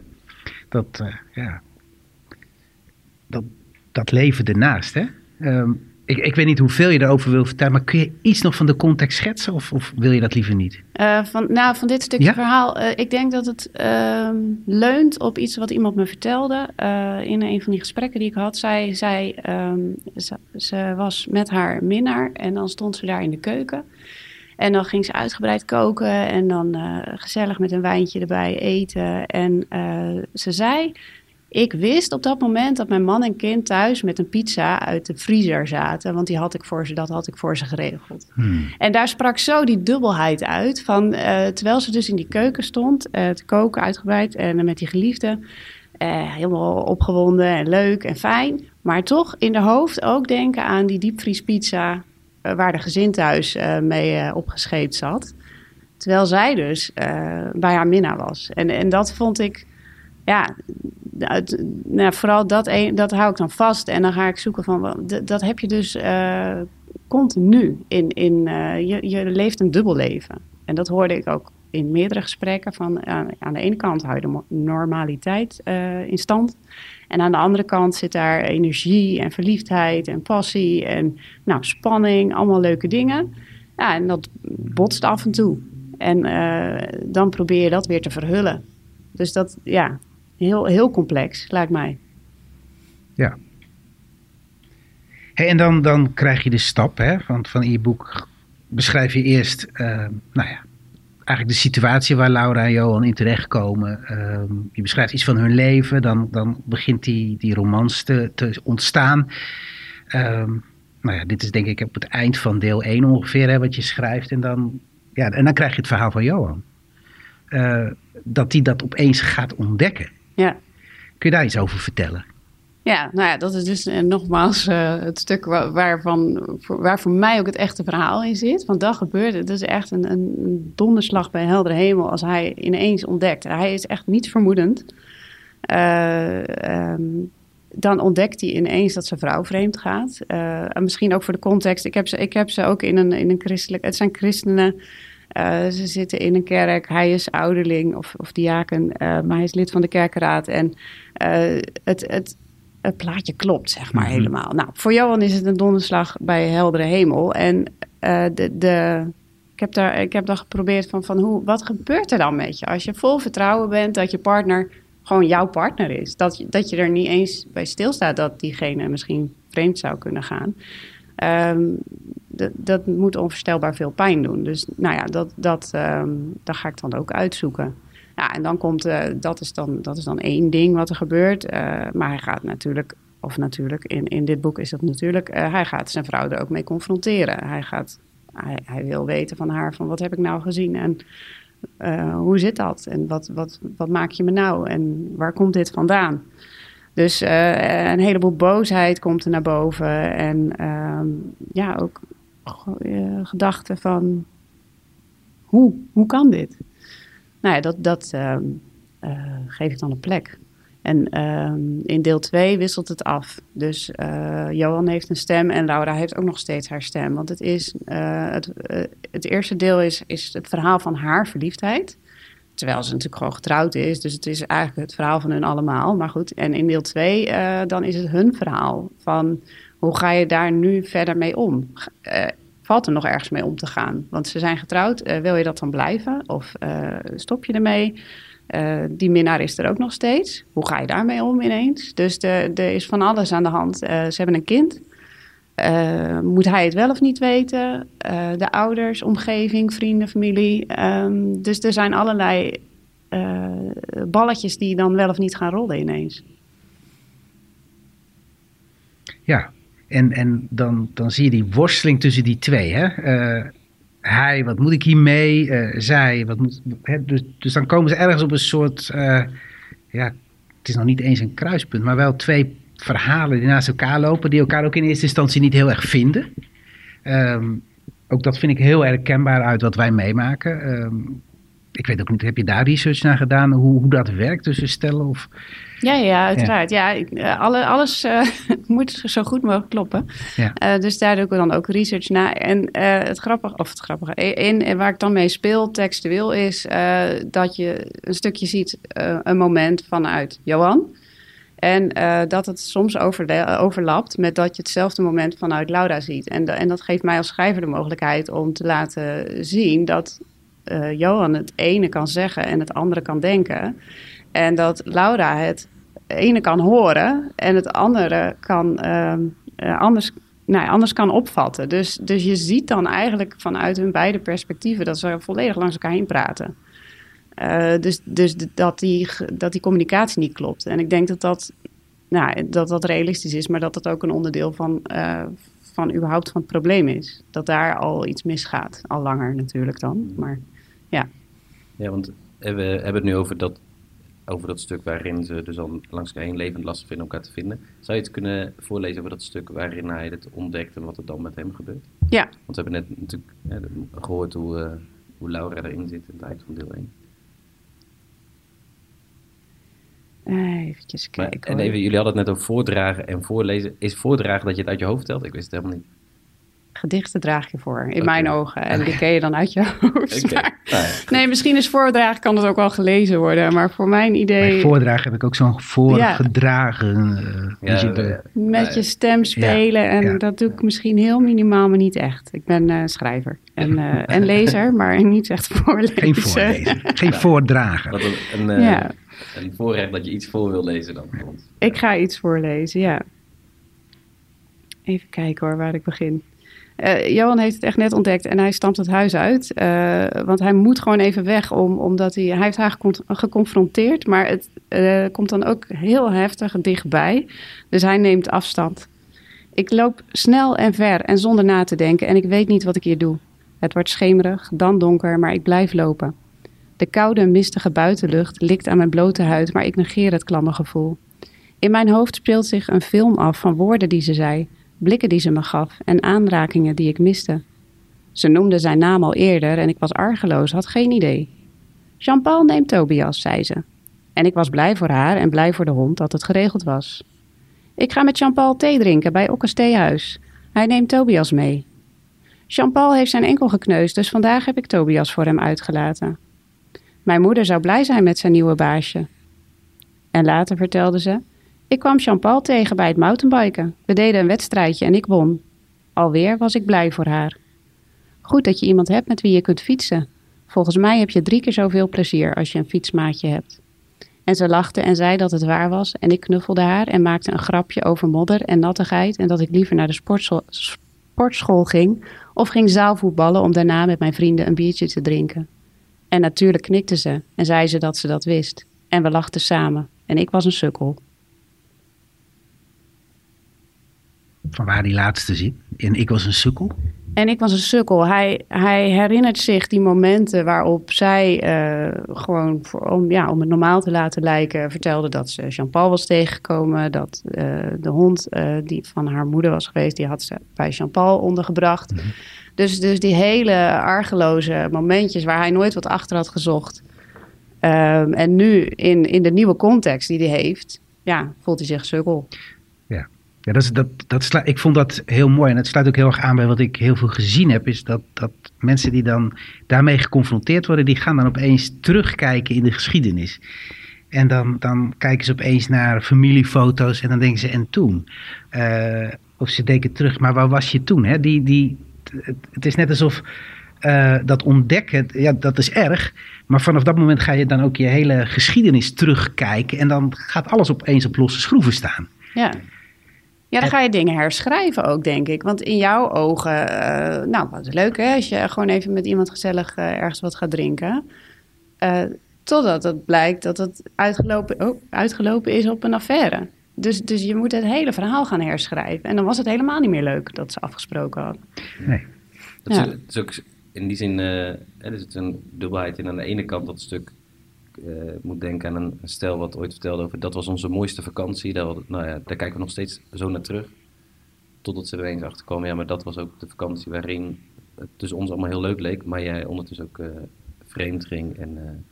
Dat leven ernaast. Hè? Ik weet niet hoeveel je erover wil vertellen, maar kun je iets nog van de context schetsen of wil je dat liever niet? Van dit stukje verhaal, ik denk dat het leunt op iets wat iemand me vertelde in een van die gesprekken die ik had. Ze was met haar minnaar en dan stond ze daar in de keuken. En dan ging ze uitgebreid koken en dan gezellig met een wijntje erbij eten. En ze zei... Ik wist op dat moment dat mijn man en kind thuis met een pizza uit de vriezer zaten. Want dat had ik voor ze geregeld. En daar sprak zo die dubbelheid uit. Van, terwijl ze dus in die keuken stond te koken uitgebreid. En met die geliefde. Helemaal opgewonden en leuk en fijn. Maar toch in de hoofd ook denken aan die diepvriespizza. Waar de gezin thuis mee opgescheept zat. Terwijl zij dus bij haar minnaar was. En dat vond ik... Ja, vooral dat hou ik dan vast. En dan ga ik zoeken van... Dat heb je dus continu. Je leeft een dubbel leven. En dat hoorde ik ook in meerdere gesprekken. Van, aan de ene kant hou je de normaliteit in stand. En aan de andere kant zit daar energie en verliefdheid en passie. En spanning, allemaal leuke dingen. Ja, en dat botst af en toe. En dan probeer je dat weer te verhullen. Dus dat, ja... Heel, heel complex, lijkt mij. Ja. Hey, en dan krijg je de stap, hè? Van in je boek beschrijf je eerst, eigenlijk de situatie waar Laura en Johan in terechtkomen. Je beschrijft iets van hun leven, dan begint die romance te ontstaan. Dit is denk ik op het eind van deel 1 ongeveer, hè, wat je schrijft. En dan krijg je het verhaal van Johan. Dat hij dat opeens gaat ontdekken. Ja. Kun je daar iets over vertellen? Ja, dat is dus nogmaals het stuk waar voor mij ook het echte verhaal in zit. Want dat gebeurt, het is echt een donderslag bij heldere hemel als hij ineens ontdekt. Hij is echt niet vermoedend. Dan ontdekt hij ineens dat zijn vrouw vreemd gaat. En misschien ook voor de context. Ik heb ze ook in een christelijk... Het zijn christenen... ze zitten in een kerk, hij is ouderling of diaken, maar hij is lid van de kerkenraad. En het plaatje klopt, zeg maar, helemaal. Nou, voor Johan is het een donderslag bij heldere hemel. En ik heb dan geprobeerd van wat gebeurt er dan met je? Als je vol vertrouwen bent dat je partner gewoon jouw partner is. Dat je er niet eens bij stilstaat dat diegene misschien vreemd zou kunnen gaan. Dat moet onvoorstelbaar veel pijn doen. Dus dat ga ik dan ook uitzoeken. Ja, en dan komt, dat is dan één ding wat er gebeurt. Maar hij gaat natuurlijk, in dit boek is dat natuurlijk... hij gaat zijn vrouw er ook mee confronteren. Hij wil weten van haar van wat heb ik nou gezien en hoe zit dat? En wat maak je me nou? En waar komt dit vandaan? Dus een heleboel boosheid komt er naar boven. En ook gedachten van... Hoe kan dit? Nou ja, dat geef ik dan een plek. En in deel 2 wisselt het af. Dus Johan heeft een stem en Laura heeft ook nog steeds haar stem. Want het is het eerste deel is het verhaal van haar verliefdheid. Terwijl ze natuurlijk gewoon getrouwd is. Dus het is eigenlijk het verhaal van hun allemaal. Maar goed, en in deel 2 dan is het hun verhaal. Van hoe ga je daar nu verder mee om? Valt er nog ergens mee om te gaan? Want ze zijn getrouwd. Wil je dat dan blijven? Of stop je ermee? Die minnaar is er ook nog steeds. Hoe ga je daarmee om ineens? Dus er is van alles aan de hand. Ze hebben een kind. Moet hij het wel of niet weten? De ouders, omgeving, vrienden, familie. Dus er zijn allerlei balletjes die dan wel of niet gaan rollen ineens. Ja, en dan zie je die worsteling tussen die twee. Hè? Hij, wat moet ik hiermee? Zij, wat moet... Hè? Dus dan komen ze ergens op een soort... het is nog niet eens een kruispunt, maar wel twee verhalen die naast elkaar lopen, die elkaar ook in eerste instantie niet heel erg vinden. Ook dat vind ik heel erg kenbaar uit wat wij meemaken. Ik weet ook niet, heb je daar research naar gedaan, hoe dat werkt tussen stellen? Of... Ja, uiteraard. Ja, alles moet zo goed mogelijk kloppen. Ja. Dus daar doe ik dan ook research naar. En het grappige, en waar ik dan mee speel textueel is dat je een stukje ziet, een moment vanuit Johan. En dat het soms overlapt met dat je hetzelfde moment vanuit Laura ziet. En dat geeft mij als schrijver de mogelijkheid om te laten zien dat Johan het ene kan zeggen en het andere kan denken. En dat Laura het ene kan horen en het andere kan anders kan opvatten. Dus je ziet dan eigenlijk vanuit hun beide perspectieven dat ze volledig langs elkaar heen praten. Dus dat die communicatie niet klopt. En ik denk dat realistisch is, maar dat dat ook een onderdeel van überhaupt van het probleem is. Dat daar al iets misgaat. Al langer natuurlijk dan, maar ja. Ja, want we hebben het nu over dat stuk waarin ze dus al langs elkaar heen levend lastig vinden elkaar te vinden. Zou je het kunnen voorlezen over dat stuk waarin hij het ontdekt en wat er dan met hem gebeurt? Ja. Want we hebben net natuurlijk gehoord hoe Laura erin zit in het eind van deel 1. Even kijken. En even, jullie hadden het net over voordragen en voorlezen. Is voordragen dat je het uit je hoofd telt? Ik wist het helemaal niet. Gedichten draag je voor, in mijn ogen. En die ken je dan uit je hoofd. Okay. Nee, misschien is voordragen, kan het ook wel gelezen worden. Maar voor mijn idee... Bij voordragen heb ik ook zo'n voorgedragen. Met je stem spelen. En dat doe ik misschien heel minimaal, maar niet echt. Ik ben schrijver en lezer, maar niet echt voorlezen. Geen voorlezen, geen voordragen. Wat een voorrecht dat je iets voor wil lezen dan. Ik ga iets voorlezen, ja. Even kijken hoor, waar ik begin. Johan heeft het echt net ontdekt en hij stampt het huis uit. Want hij moet gewoon even weg, omdat hij heeft haar geconfronteerd. Maar het komt dan ook heel heftig dichtbij. Dus hij neemt afstand. Ik loop snel en ver en zonder na te denken en ik weet niet wat ik hier doe. Het wordt schemerig, dan donker, maar ik blijf lopen. De koude, mistige buitenlucht likt aan mijn blote huid, maar ik negeer het klamme gevoel. In mijn hoofd speelt zich een film af van woorden die ze zei, blikken die ze me gaf en aanrakingen die ik miste. Ze noemde zijn naam al eerder en ik was argeloos, had geen idee. Jean-Paul neemt Tobias, zei ze. En ik was blij voor haar en blij voor de hond dat het geregeld was. Ik ga met Jean-Paul thee drinken bij Okkes Theehuis. Hij neemt Tobias mee. Jean-Paul heeft zijn enkel gekneusd, dus vandaag heb ik Tobias voor hem uitgelaten. Mijn moeder zou blij zijn met zijn nieuwe baasje. En later vertelde ze... Ik kwam Jean-Paul tegen bij het mountainbiken. We deden een wedstrijdje en ik won. Alweer was ik blij voor haar. Goed dat je iemand hebt met wie je kunt fietsen. Volgens mij heb je 3 keer zoveel plezier als je een fietsmaatje hebt. En ze lachte en zei dat het waar was en ik knuffelde haar en maakte een grapje over modder en nattigheid en dat ik liever naar de sportschool ging of ging zaalvoetballen om daarna met mijn vrienden een biertje te drinken. En natuurlijk knikte ze en zei ze dat ze dat wist. En we lachten samen en ik was een sukkel. Van waar die laatste zin? En ik was een sukkel? En ik was een sukkel. Hij herinnert zich die momenten waarop zij gewoon om het normaal te laten lijken vertelde dat ze Jean-Paul was tegengekomen. Dat de hond die van haar moeder was geweest, die had ze bij Jean-Paul ondergebracht. Mm-hmm. Dus die hele argeloze momentjes waar hij nooit wat achter had gezocht. En nu in de nieuwe context die hij heeft, voelt hij zich sukkel. Ja. Ja, ik vond dat heel mooi. En het sluit ook heel erg aan bij wat ik heel veel gezien heb. Is dat mensen die dan daarmee geconfronteerd worden, die gaan dan opeens terugkijken in de geschiedenis. En dan kijken ze opeens naar familiefoto's en dan denken ze, en toen? Of ze denken terug, maar waar was je toen? Hè? Het is net alsof dat ontdekken, ja, dat is erg. Maar vanaf dat moment ga je dan ook je hele geschiedenis terugkijken. En dan gaat alles opeens op losse schroeven staan. Ja. Ja, dan ga je dingen herschrijven ook, denk ik. Want in jouw ogen, wat is leuk hè, als je gewoon even met iemand gezellig ergens wat gaat drinken. Totdat het blijkt dat het uitgelopen is op een affaire. Dus je moet het hele verhaal gaan herschrijven. En dan was het helemaal niet meer leuk dat ze afgesproken hadden. Nee. Het is ook in die zin, er zit een dubbelheid in. Aan de ene kant dat stuk moet denken aan een stel wat ooit vertelde over, dat was onze mooiste vakantie. Daar kijken we nog steeds zo naar terug. Totdat ze er eens achter komen, ja, maar dat was ook de vakantie waarin het tussen ons allemaal heel leuk leek, maar jij ondertussen ook vreemd ging. En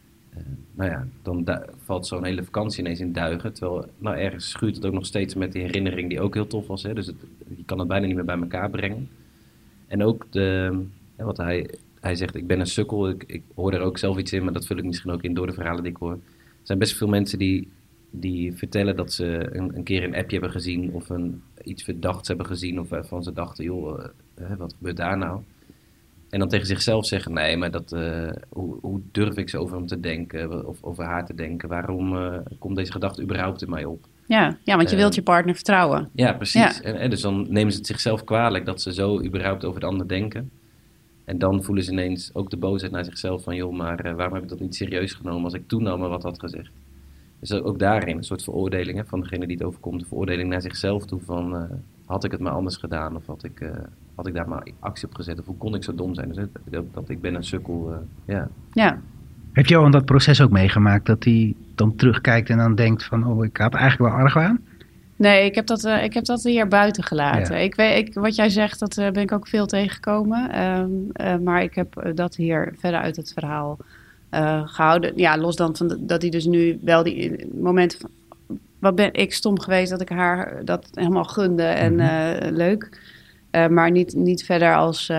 dan valt zo'n hele vakantie ineens in duigen. Terwijl, ergens schuurt het ook nog steeds met die herinnering die ook heel tof was. Hè? Dus je kan het bijna niet meer bij elkaar brengen. En ook wat hij zegt, ik ben een sukkel. Ik hoor er ook zelf iets in, maar dat vul ik misschien ook in door de verhalen die ik hoor. Er zijn best veel mensen die vertellen dat ze een keer een appje hebben gezien of iets verdachts hebben gezien. Of van ze dachten, joh, wat gebeurt daar nou? En dan tegen zichzelf zeggen, nee, maar hoe durf ik zo over hem te denken of over haar te denken? Waarom komt deze gedachte überhaupt in mij op? Ja, want je wilt je partner vertrouwen. Ja, precies. Ja. En dus dan nemen ze het zichzelf kwalijk dat ze zo überhaupt over de ander denken. En dan voelen ze ineens ook de boosheid naar zichzelf van, joh, maar waarom heb ik dat niet serieus genomen als ik toen nou maar wat had gezegd? Dus ook daarin een soort veroordeling van degene die het overkomt. Een veroordeling naar zichzelf toe van, had ik het maar anders gedaan of had ik daar maar actie op gezet? Of hoe kon ik zo dom zijn? Dus dat ik ben een sukkel, Ja. Heeft Johan dat proces ook meegemaakt? Dat hij dan terugkijkt en dan denkt van, ik had eigenlijk wel argwaan? Nee, ik heb dat hier buiten gelaten. Ja. Wat jij zegt, dat ben ik ook veel tegengekomen. Maar ik heb dat hier verder uit het verhaal gehouden. Ja, los dan van dat hij dus nu wel die momenten van, wat ben ik stom geweest dat ik haar dat helemaal gunde en leuk. Maar niet verder als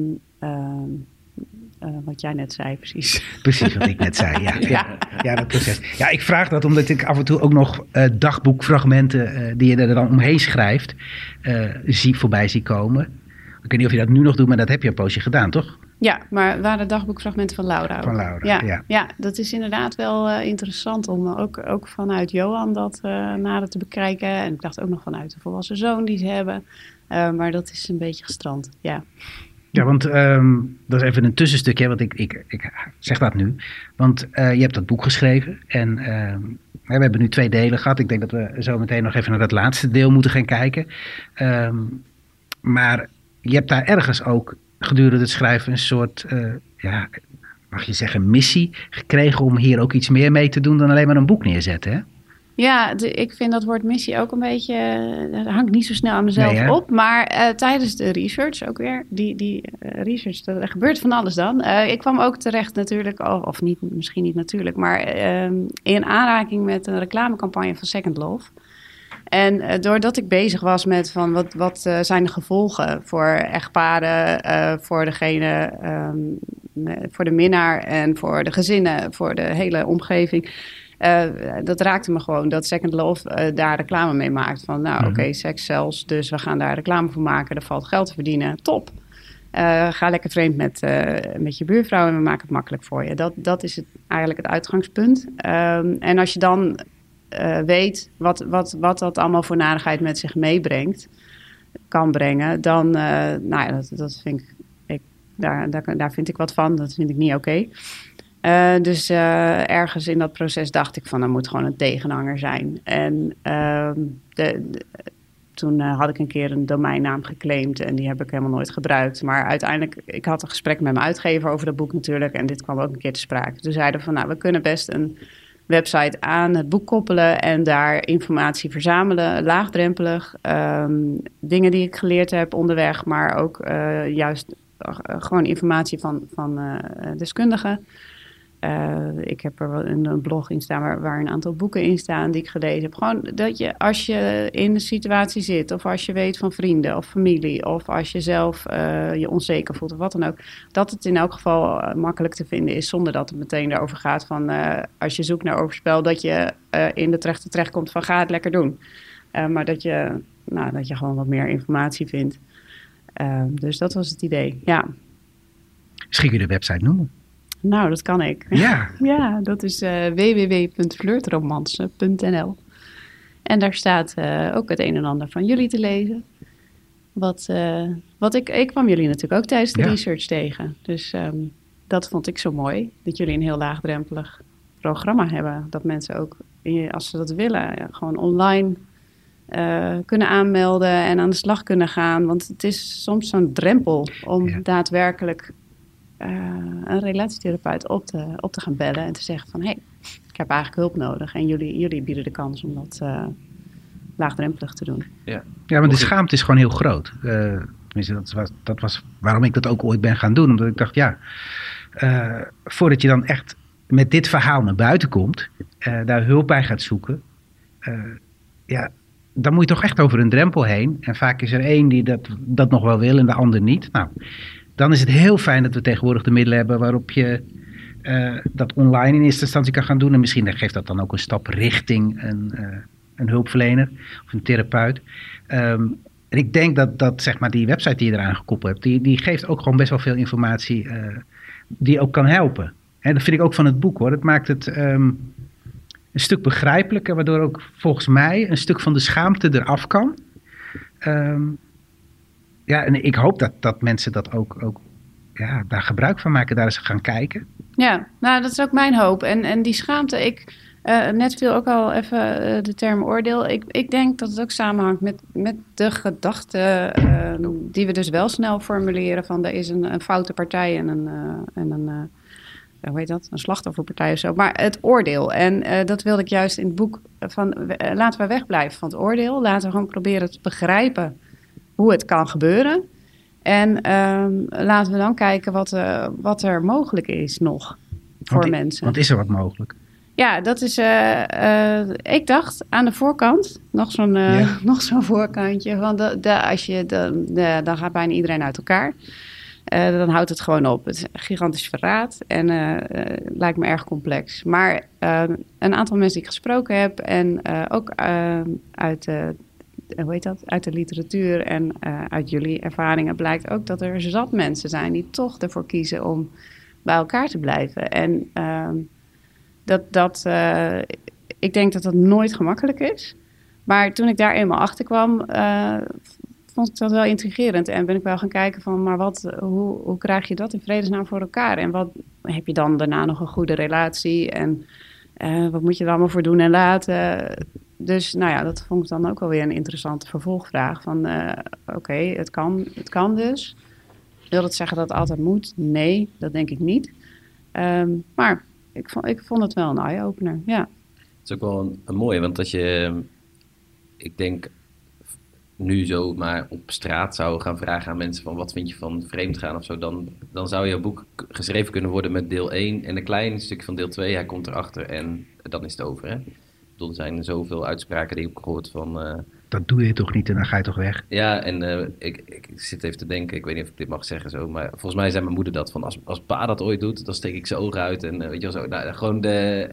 wat jij net zei, precies. Precies wat ik net zei, ja, dat proces. Ja, ik vraag dat omdat ik af en toe ook nog dagboekfragmenten die je er dan omheen schrijft, voorbij zie komen. Ik weet niet of je dat nu nog doet, maar dat heb je een poosje gedaan, toch? Ja, maar het waren dagboekfragmenten van Laura ook. Van Laura, ja, dat is inderdaad wel interessant om ook vanuit Johan dat nader te bekijken. En ik dacht ook nog vanuit de volwassen zoon die ze hebben. Maar dat is een beetje gestrand, ja. Ja, want dat is even een tussenstukje, want ik zeg dat nu. Want je hebt dat boek geschreven en we hebben nu 2 delen gehad. Ik denk dat we zo meteen nog even naar dat laatste deel moeten gaan kijken. Maar je hebt daar ergens ook gedurende het schrijven een soort, mag je zeggen, missie gekregen om hier ook iets meer mee te doen dan alleen maar een boek neerzetten, hè? Ja, ik vind dat woord missie ook een beetje, dat hangt niet zo snel aan mezelf op. Maar tijdens de research ook weer, die research, er gebeurt van alles dan. Ik kwam ook terecht natuurlijk, of niet, misschien niet natuurlijk, maar in aanraking met een reclamecampagne van Second Love. En doordat ik bezig was met van wat zijn de gevolgen voor echtparen, voor degene, voor de minnaar en voor de gezinnen, voor de hele omgeving. Dat raakte me gewoon dat Second Love daar reclame mee maakt. Van oké, seks zelfs, dus we gaan daar reclame voor maken. Er valt geld te verdienen, top. Ga lekker vreemd met je buurvrouw en we maken het makkelijk voor je. Dat is eigenlijk het uitgangspunt. En als je dan weet wat dat allemaal voor narigheid met zich meebrengt, kan brengen, dan dat vind ik, daar vind ik wat van. Dat vind ik niet oké. Dus ergens in dat proces dacht ik van, er moet gewoon een tegenhanger zijn. En toen had ik een keer een domeinnaam geclaimd en die heb ik helemaal nooit gebruikt. Maar uiteindelijk, ik had een gesprek met mijn uitgever over dat boek natuurlijk en dit kwam ook een keer te sprake. Toen zeiden we van, we kunnen best een website aan het boek koppelen en daar informatie verzamelen, laagdrempelig. Dingen die ik geleerd heb onderweg, maar ook juist gewoon informatie van deskundigen. Ik heb er wel een blog in staan waar een aantal boeken in staan die ik gelezen heb. Gewoon dat je, als je in een situatie zit, of als je weet van vrienden of familie, of als je zelf je onzeker voelt of wat dan ook, dat het in elk geval makkelijk te vinden is, zonder dat het meteen daarover gaat van als je zoekt naar overspel, dat je in de terecht komt van ga het lekker doen. Maar dat je gewoon wat meer informatie vindt. Dus dat was het idee, ja. Misschien kun je de website noemen. Nou, dat kan ik. Ja. Ja, dat is www.flirtromance.nl. En daar staat ook het een en ander van jullie te lezen. Ik kwam jullie natuurlijk ook tijdens de research tegen. Dus dat vond ik zo mooi. Dat jullie een heel laagdrempelig programma hebben. Dat mensen ook, als ze dat willen, gewoon online kunnen aanmelden en aan de slag kunnen gaan. Want het is soms zo'n drempel om daadwerkelijk een relatietherapeut op te gaan bellen en te zeggen van, hey, ik heb eigenlijk hulp nodig. En jullie bieden de kans om dat laagdrempelig te doen. Ja, maar de schaamte is gewoon heel groot. Tenminste, dat was waarom ik dat ook ooit ben gaan doen. Omdat ik dacht, voordat je dan echt met dit verhaal naar buiten komt, daar hulp bij gaat zoeken, dan moet je toch echt over een drempel heen. En vaak is er één die dat nog wel wil en de ander niet. Nou, dan is het heel fijn dat we tegenwoordig de middelen hebben waarop je dat online in eerste instantie kan gaan doen. En misschien geeft dat dan ook een stap richting een hulpverlener of een therapeut. En ik denk dat zeg maar die website die je eraan gekoppeld hebt, die geeft ook gewoon best wel veel informatie die ook kan helpen. En dat vind ik ook van het boek hoor. Het maakt het een stuk begrijpelijker, waardoor ook volgens mij een stuk van de schaamte eraf kan. En ik hoop dat mensen dat ook daar gebruik van maken, daar eens gaan kijken. Ja, nou dat is ook mijn hoop. En die schaamte, net viel ook al even de term oordeel. Ik denk dat het ook samenhangt met de gedachte die we dus wel snel formuleren van er is een foute partij en een hoe heet dat? Een slachtofferpartij of zo. Maar het oordeel. En dat wilde ik juist in het boek van laten we wegblijven van het oordeel. Laten we gewoon proberen te begrijpen hoe het kan gebeuren. En laten we dan kijken wat er mogelijk is nog voor mensen. Want is er wat mogelijk? Ja, dat is... ik dacht aan de voorkant, nog zo'n voorkantje. Van dan gaat bijna iedereen uit elkaar. Dan houdt het gewoon op. Het is een gigantisch verraad en lijkt me erg complex. Maar een aantal mensen die ik gesproken heb en ook uit de literatuur en uit jullie ervaringen blijkt ook dat er zat mensen zijn die toch ervoor kiezen om bij elkaar te blijven. En ik denk dat dat nooit gemakkelijk is. Maar toen ik daar eenmaal achter kwam, vond ik dat wel intrigerend. En ben ik wel gaan kijken van, maar hoe krijg je dat in vredesnaam voor elkaar? En wat heb je dan daarna nog een goede relatie? En wat moet je er allemaal voor doen en laten? Dus nou ja, dat vond ik dan ook wel weer een interessante vervolgvraag. Van oké, het kan dus. Wil dat zeggen dat het altijd moet? Nee, dat denk ik niet. Maar ik vond het wel een eye-opener, ja. Het is ook wel een mooie, want als je, ik denk, nu zo maar op straat zou gaan vragen aan mensen van wat vind je van vreemd gaan of zo, dan zou jouw boek geschreven kunnen worden met deel 1 en een klein stukje van deel 2, hij komt erachter en dan is het over, hè? Ik bedoel, er zijn zoveel uitspraken die ik heb gehoord van... dat doe je toch niet en dan ga je toch weg? Ja, en ik zit even te denken, ik weet niet of ik dit mag zeggen zo, maar volgens mij zei mijn moeder dat van als pa dat ooit doet, dan steek ik zijn ogen uit en weet je wel zo. Nou, gewoon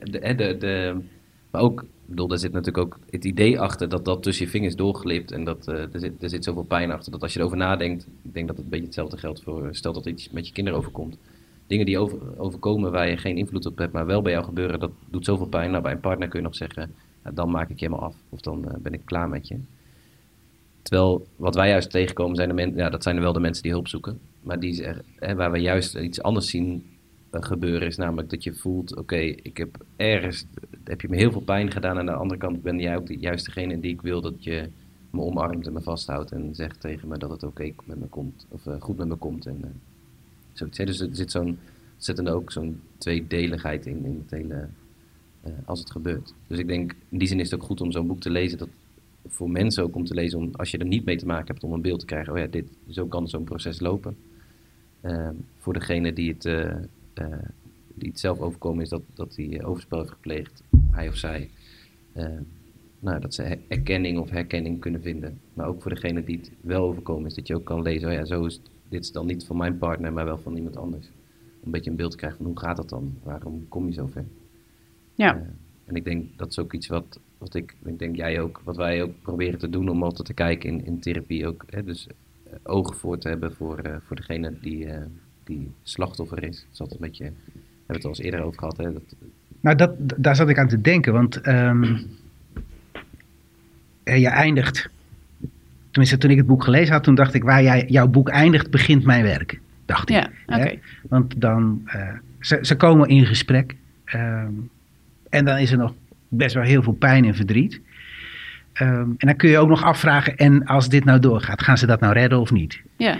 maar ook, ik bedoel, daar zit natuurlijk ook het idee achter dat tussen je vingers doorglipt en dat er zit zoveel pijn achter dat als je erover nadenkt, ik denk dat het een beetje hetzelfde geldt voor, stel dat er iets met je kinderen overkomt. Dingen die overkomen waar je geen invloed op hebt, maar wel bij jou gebeuren, dat doet zoveel pijn. Nou, bij een partner kun je nog zeggen, ja, dan maak ik je helemaal af of dan ben ik klaar met je. Terwijl wat wij juist tegenkomen zijn dat zijn wel de mensen die hulp zoeken. Maar waar we juist iets anders zien gebeuren is namelijk dat je voelt, oké, ik heb heb je me heel veel pijn gedaan. En aan de andere kant ben jij ook juist degene die ik wil dat je me omarmt en me vasthoudt en zegt tegen me dat het oké met me komt of goed met me komt. En zoiets. Dus er zit ook zo'n tweedeligheid in het hele, als het gebeurt. Dus ik denk, in die zin is het ook goed om zo'n boek te lezen, dat voor mensen ook om te lezen, als je er niet mee te maken hebt, om een beeld te krijgen, oh ja, zo kan zo'n proces lopen. Voor degene die die het zelf overkomen is dat hij overspel heeft gepleegd, hij of zij. Dat ze erkenning of herkenning kunnen vinden. Maar ook voor degene die het wel overkomen is, dat je ook kan lezen, dit is dan niet van mijn partner, maar wel van iemand anders. Om een beetje een beeld te krijgen van hoe gaat dat dan? Waarom kom je zo ver? Ja. En ik denk dat is ook iets wat ik denk jij ook, wat wij ook proberen te doen om altijd te kijken in therapie ook. Dus ogen voor te hebben voor degene die slachtoffer is. Dat is altijd een beetje, we hebben het al eens eerder over gehad. Hè, daar zat ik aan te denken, want je eindigt, tenminste toen ik het boek gelezen had, toen dacht ik, waar jouw boek eindigt, begint mijn werk, dacht ik. Ja, oké. Want dan, ze komen in gesprek en dan is er nog best wel heel veel pijn en verdriet. En dan kun je ook nog afvragen, en als dit nou doorgaat, gaan ze dat nou redden of niet? Ja.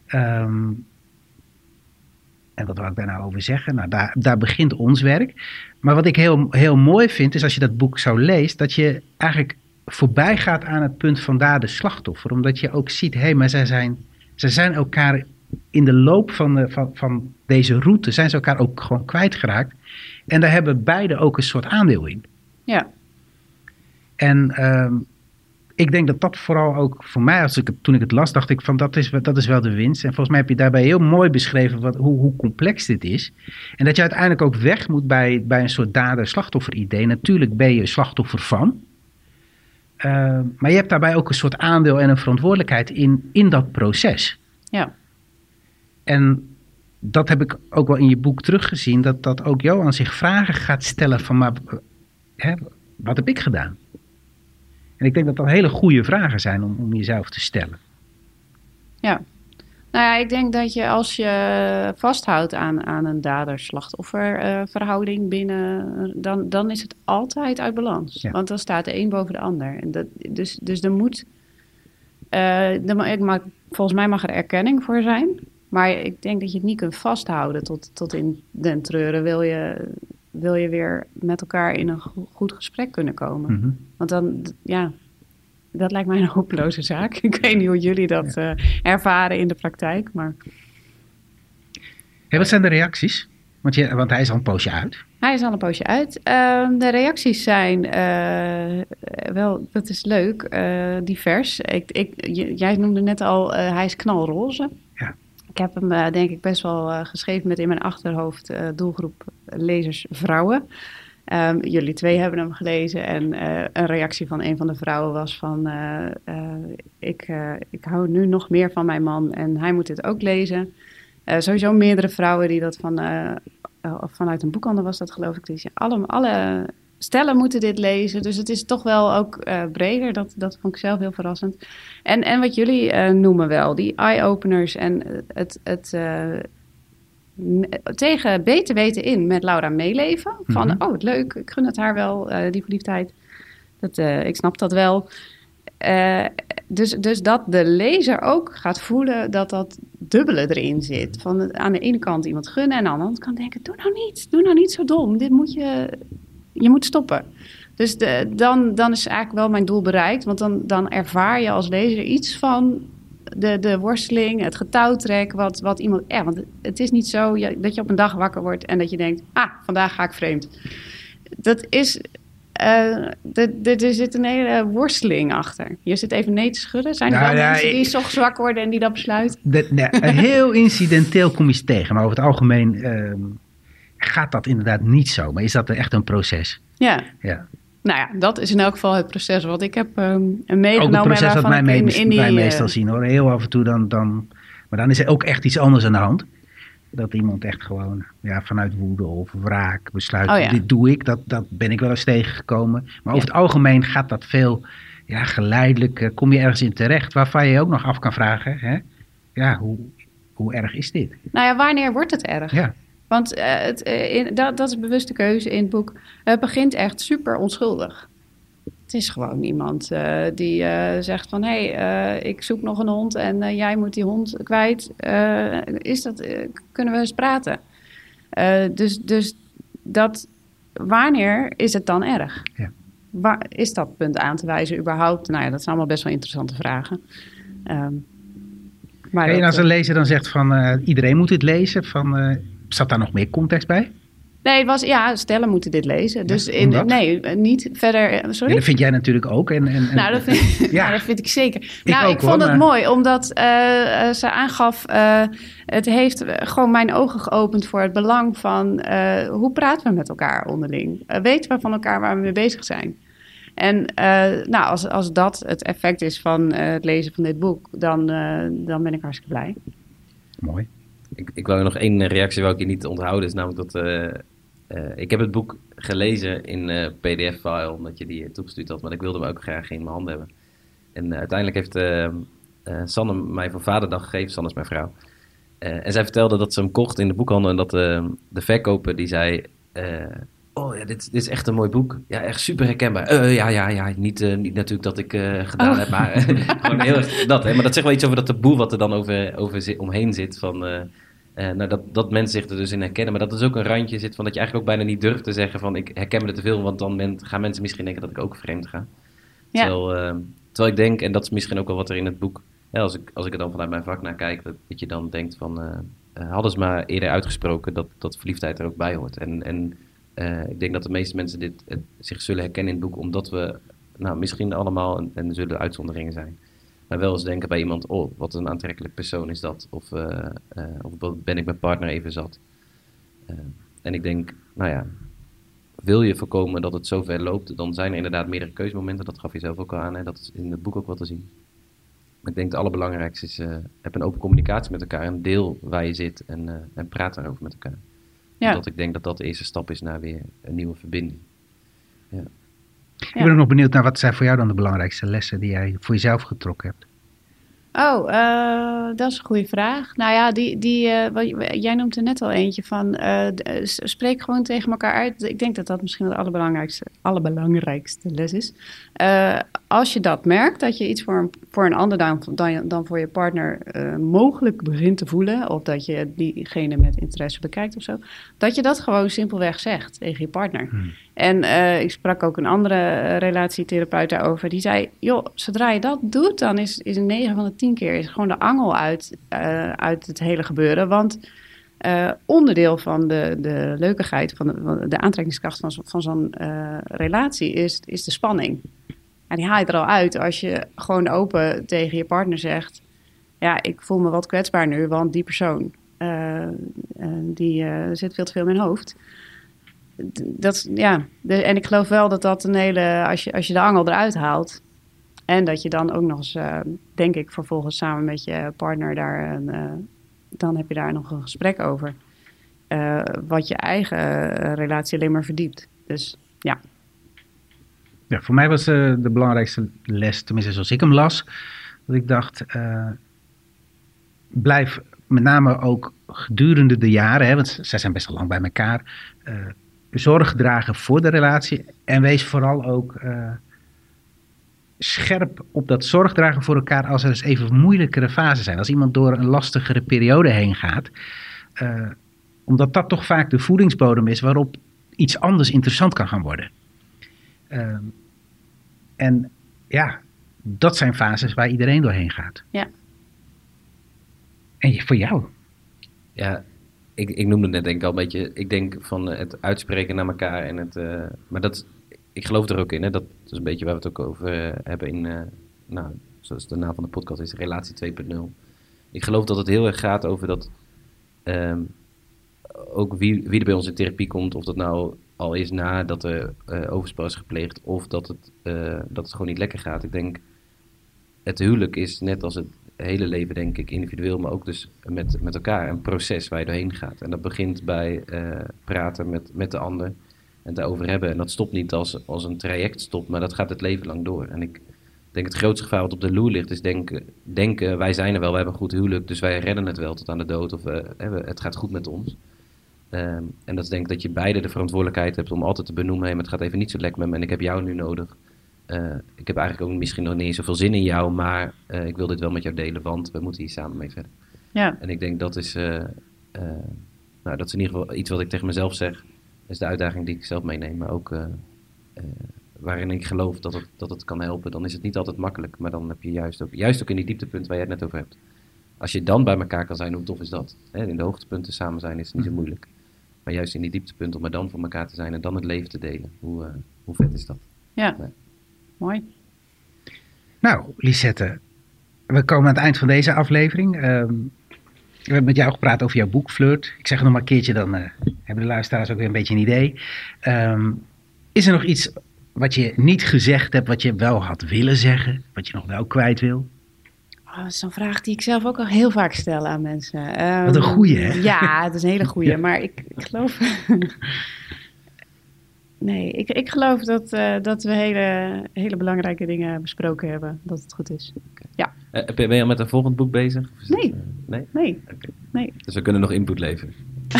En wat wil ik daar nou over zeggen? Nou, daar begint ons werk. Maar wat ik heel, heel mooi vind, is als je dat boek zo leest, dat je eigenlijk voorbij gaat aan het punt van dader-slachtoffer. Omdat je ook ziet, maar zij zijn elkaar in de loop van deze route, zijn ze elkaar ook gewoon kwijtgeraakt. En daar hebben beide ook een soort aandeel in. Ja. En ik denk dat vooral ook voor mij, toen ik het las, dacht ik van dat is wel de winst. En volgens mij heb je daarbij heel mooi beschreven hoe complex dit is. En dat je uiteindelijk ook weg moet bij een soort dader-slachtoffer idee. Natuurlijk ben je slachtoffer van. Maar je hebt daarbij ook een soort aandeel en een verantwoordelijkheid in dat proces. Ja. En dat heb ik ook wel in je boek teruggezien, dat ook Johan zich vragen gaat stellen van, maar wat heb ik gedaan? En ik denk dat dat hele goede vragen zijn om jezelf te stellen. Ja. Nou ja, ik denk dat je als je vasthoudt aan een dader-slachtoffer verhouding binnen, dan is het altijd uit balans. Ja. Want dan staat de een boven de ander. En dus er moet, volgens mij mag er erkenning voor zijn. Maar ik denk dat je het niet kunt vasthouden tot in den treuren. Wil je weer met elkaar in een goed gesprek kunnen komen. Mm-hmm. Want dan, dat lijkt mij een hopeloze zaak. Ik weet niet hoe jullie dat ervaren in de praktijk. Maar... Hey, wat zijn de reacties? Want hij is al een poosje uit. Hij is al een poosje uit. De reacties zijn wel, dat is leuk, divers. Jij noemde net al, hij is knalroze. Ja. Ik heb hem denk ik best wel geschreven met in mijn achterhoofd doelgroep lezers vrouwen. Jullie twee hebben hem gelezen en een reactie van een van de vrouwen was van... ik hou nu nog meer van mijn man en hij moet dit ook lezen. Sowieso meerdere vrouwen die dat vanuit een boekhandel was dat geloof ik. Dus alle stellen moeten dit lezen, dus het is toch wel ook breder. Dat vond ik zelf heel verrassend. En wat jullie noemen wel, die eye-openers en het tegen beter weten in met Laura meeleven. Van, mm-hmm. Wat leuk, ik gun het haar wel, die verliefdheid. Ik snap dat wel. Dus dat de lezer ook gaat voelen dat dubbele erin zit. Van aan de ene kant iemand gunnen en aan de andere kant denken, doe nou niet zo dom. Dit moet je moet stoppen. Dus dan is eigenlijk wel mijn doel bereikt. Want dan ervaar je als lezer iets van de worsteling, het getouwtrek, wat iemand... Ja, want het is niet zo dat je op een dag wakker wordt en dat je denkt, vandaag ga ik vreemd. Dat is... er zit een hele worsteling achter. Je zit even nee te schudden. Zijn er wel mensen die 's ochtends wakker worden en die dat besluiten? Heel incidenteel kom je ze tegen. Maar over het algemeen gaat dat inderdaad niet zo. Maar is dat echt een proces? Ja. Nou ja, dat is in elk geval het proces wat ik heb meegenomen. Ook het proces dat wij meestal zien hoor. Heel af en toe dan... Maar dan is er ook echt iets anders aan de hand. Dat iemand echt gewoon vanuit woede of wraak besluit, dit doe ik. Dat ben ik wel eens tegengekomen. Maar over het algemeen gaat dat veel geleidelijk. Kom je ergens in terecht waarvan je ook nog af kan vragen. Hè? Ja, hoe erg is dit? Nou ja, wanneer wordt het erg? Ja. Want dat is bewuste keuze in het boek. Het begint echt super onschuldig. Het is gewoon iemand die zegt van... ik zoek nog een hond en jij moet die hond kwijt. Kunnen we eens praten? Dus wanneer is het dan erg? Ja. Waar is dat punt aan te wijzen überhaupt? Nou ja, dat zijn allemaal best wel interessante vragen. Maar als een lezer dan zegt van... iedereen moet dit lezen. Zat daar nog meer context bij? Nee, stellen moeten dit lezen. Dus niet verder. Sorry? Ja, dat vind jij natuurlijk ook. Nou, dat vind ik zeker. Ik vond het mooi, omdat ze aangaf... het heeft gewoon mijn ogen geopend voor het belang van... hoe praten we met elkaar onderling? Weten we van elkaar waar we mee bezig zijn? En als dat het effect is van het lezen van dit boek... dan ben ik hartstikke blij. Mooi. Ik wou nog één reactie wou ik je niet onthouden. Is namelijk dat... ik heb het boek gelezen in PDF-file, omdat je die toegestuurd had. Maar ik wilde hem ook graag in mijn handen hebben. En uiteindelijk heeft Sanne mij voor Vaderdag gegeven. Sanne is mijn vrouw. En zij vertelde dat ze hem kocht in de boekhandel. En dat de verkoper die zei... dit is echt een mooi boek. Ja, echt super herkenbaar. Ja. Niet natuurlijk dat ik gedaan heb, maar gewoon heel erg dat. Hè. Maar dat zegt wel iets over dat taboe wat er dan omheen zit van... dat mensen zich er dus in herkennen. Maar dat er ook een randje zit van dat je eigenlijk ook bijna niet durft te zeggen van ik herken me er te veel, want dan gaan mensen misschien denken dat ik ook vreemd ga. Ja. Terwijl ik denk, en dat is misschien ook wel wat er in het boek, als ik er dan vanuit mijn vak naar kijk, dat je dan denkt van hadden ze maar eerder uitgesproken dat verliefdheid er ook bij hoort. En ik denk dat de meeste mensen zich zullen herkennen in het boek, omdat we misschien allemaal, en er zullen uitzonderingen zijn, maar wel eens denken bij iemand, wat een aantrekkelijk persoon is dat. Of ben ik mijn partner even zat. En ik denk, wil je voorkomen dat het zo ver loopt, dan zijn er inderdaad meerdere keuzemomenten. Dat gaf je zelf ook al aan, hè? Dat is in het boek ook wel te zien. Maar ik denk het allerbelangrijkste is, heb een open communicatie met elkaar. En deel waar je zit en praat daarover met elkaar. Ja. Omdat ik denk dat dat de eerste stap is naar weer een nieuwe verbinding. Ja. Ik ben ook nog benieuwd naar wat zijn voor jou dan de belangrijkste lessen die jij voor jezelf getrokken hebt. Dat is een goede vraag. Nou ja, jij noemt er net al eentje van spreek gewoon tegen elkaar uit. Ik denk dat dat misschien het allerbelangrijkste les is. Als je dat merkt, dat je iets voor een ander dan voor je partner mogelijk begint te voelen, of dat je diegene met interesse bekijkt of zo, dat je dat gewoon simpelweg zegt tegen je partner. En ik sprak ook een andere relatietherapeut daarover. Die zei, joh, zodra je dat doet, dan is een 9 van de 10 keer is gewoon de angel uit het hele gebeuren. Want onderdeel van de leukigheid, van de aantrekkingskracht van zo'n relatie is de spanning. En die haal je er al uit als je gewoon open tegen je partner zegt, ja, ik voel me wat kwetsbaar nu, want die persoon die zit veel te veel in mijn hoofd. En ik geloof wel dat een hele, als je de angel eruit haalt en dat je dan ook nog eens, denk ik, vervolgens samen met je partner dan heb je daar nog een gesprek over, wat je eigen relatie alleen maar verdiept. Dus ja. Ja, voor mij was de belangrijkste les, tenminste zoals ik hem las, dat ik dacht, blijf met name ook gedurende de jaren, hè, want zij zijn best wel lang bij elkaar, zorg dragen voor de relatie en wees vooral ook scherp op dat zorg dragen voor elkaar als er eens even moeilijkere fasen zijn. Als iemand door een lastigere periode heen gaat, omdat dat toch vaak de voedingsbodem is waarop iets anders interessant kan gaan worden. En ja, dat zijn fases waar iedereen doorheen gaat. Ja. En voor jou? Ja, ik noemde het net denk ik al een beetje. Ik denk van het uitspreken naar elkaar en het. Maar ik geloof er ook in. Hè, dat is een beetje waar we het ook over hebben in. Zoals de naam van de podcast is, Relatie 2.0. Ik geloof dat het heel erg gaat over dat. Ook wie er bij ons in therapie komt, of dat nou al is nadat er overspel is gepleegd, of dat het gewoon niet lekker gaat. Ik denk, het huwelijk is net als het hele leven, denk ik, individueel, maar ook dus met elkaar een proces waar je doorheen gaat. En dat begint bij praten met de ander en het daarover hebben. En dat stopt niet als een traject stopt, maar dat gaat het leven lang door. En ik denk het grootste gevaar wat op de loer ligt is denken wij zijn er wel, we hebben een goed huwelijk, dus wij redden het wel tot aan de dood, of het gaat goed met ons. En dat is denk ik dat je beide de verantwoordelijkheid hebt om altijd te benoemen, maar het gaat even niet zo lekker met me en ik heb jou nu nodig. Ik heb eigenlijk ook misschien nog niet eens zoveel zin in jou, maar ik wil dit wel met jou delen, want we moeten hier samen mee verder. Ja. En ik denk dat is in ieder geval iets wat ik tegen mezelf zeg, is de uitdaging die ik zelf meeneem, maar ook waarin ik geloof dat het kan helpen. Dan is het niet altijd makkelijk, maar dan heb je juist ook in die dieptepunt waar je het net over hebt. Als je dan bij elkaar kan zijn, hoe tof is dat? In de hoogtepunten samen zijn is niet zo moeilijk. Maar juist in die dieptepunten om er dan voor elkaar te zijn en dan het leven te delen. Hoe vet is dat? Ja, Ja. Mooi. Nou, Lisette, we komen aan het eind van deze aflevering. We hebben met jou gepraat over jouw boek, Flirt. Ik zeg het nog maar een keertje, dan hebben de luisteraars ook weer een beetje een idee. Is er nog iets wat je niet gezegd hebt, wat je wel had willen zeggen, wat je nog wel kwijt wil? Oh, dat is een vraag die ik zelf ook al heel vaak stel aan mensen. Wat een goeie, hè? Ja, het is een hele goeie. Ja. Maar ik geloof... Nee, ik geloof dat we hele belangrijke dingen besproken hebben. Dat het goed is. Ben je al met een volgend boek bezig? Of is Nee. dat, nee? Nee, Oké. nee. Dus we kunnen nog input leveren.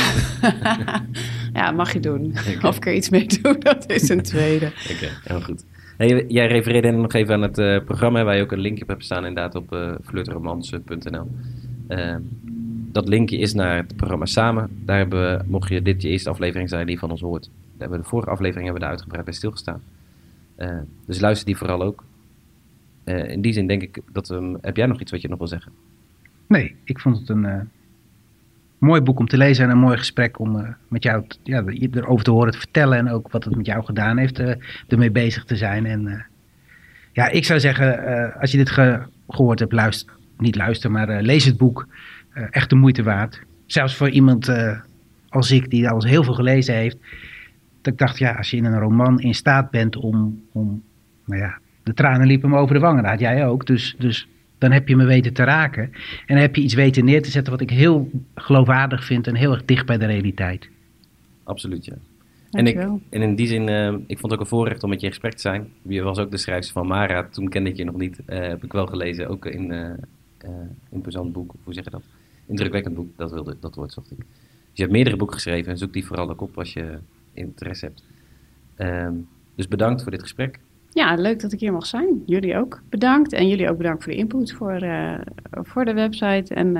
Ja, mag je doen. Oké. Of ik er iets mee doe, dat is een tweede. Oké, heel goed. Hey, jij refereerde nog even aan het programma waar je ook een linkje op hebt staan inderdaad op flirtromance.nl. Dat linkje is naar het programma Samen. Daar hebben we, mocht je dit je eerste aflevering zijn die van ons hoort, daar hebben we de vorige aflevering hebben we daar uitgebreid bij stilgestaan. Dus luister die vooral ook. In die zin denk ik heb jij nog iets wat je nog wil zeggen? Nee, ik vond het een mooi boek om te lezen en een mooi gesprek om met jou erover te horen, te vertellen en ook wat het met jou gedaan heeft, ermee bezig te zijn. En ik zou zeggen, als je dit gehoord hebt, lees het boek. Echt de moeite waard. Zelfs voor iemand als ik, die al heel veel gelezen heeft, dat ik dacht, als je in een roman in staat bent om de tranen liepen me over de wangen, dat had jij ook, dus dan heb je me weten te raken. En dan heb je iets weten neer te zetten wat ik heel geloofwaardig vind en heel erg dicht bij de realiteit. Absoluut, ja. Dankjewel. En in die zin, ik vond het ook een voorrecht om met je in gesprek te zijn. Je was ook de schrijfster van Mara, toen kende ik je nog niet. Heb ik wel gelezen, ook in imposant boek, hoe zeg je dat? Indrukwekkend boek, dat woord zocht ik. Dus je hebt meerdere boeken geschreven en zoek die vooral ook op als je interesse hebt. Dus bedankt voor dit gesprek. Ja, leuk dat ik hier mag zijn. Jullie ook bedankt. En jullie ook bedankt voor de input voor de website. En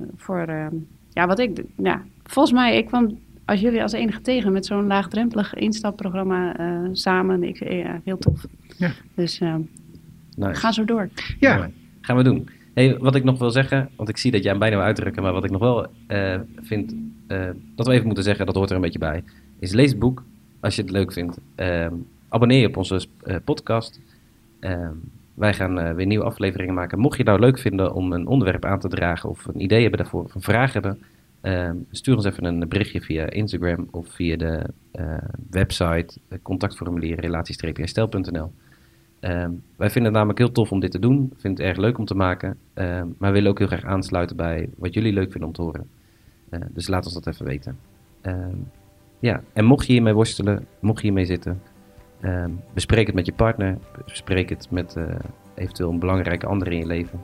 volgens mij, ik kwam als jullie als enige tegen met zo'n laagdrempelig instapprogramma samen. Heel tof. Ja. Dus Nice. ga zo door. Ja, Mooi. Gaan we doen. Hey, wat ik nog wil zeggen, want ik zie dat jij hem bijna wil uitdrukken, maar wat ik nog wel vind dat we even moeten zeggen, dat hoort er een beetje bij, is lees het boek als je het leuk vindt. Abonneer je op onze podcast. Wij gaan weer nieuwe afleveringen maken. Mocht je het nou leuk vinden om een onderwerp aan te dragen of een idee hebben daarvoor of een vraag hebben, stuur ons even een berichtje via Instagram of via de website contactformulier relatie-herstel.nl. Wij vinden het namelijk heel tof om dit te doen. We vinden het erg leuk om te maken. Maar we willen ook heel graag aansluiten bij wat jullie leuk vinden om te horen. Dus laat ons dat even weten. En mocht je hiermee worstelen, mocht je hiermee zitten, bespreek het met je partner. Bespreek het met eventueel een belangrijke ander in je leven.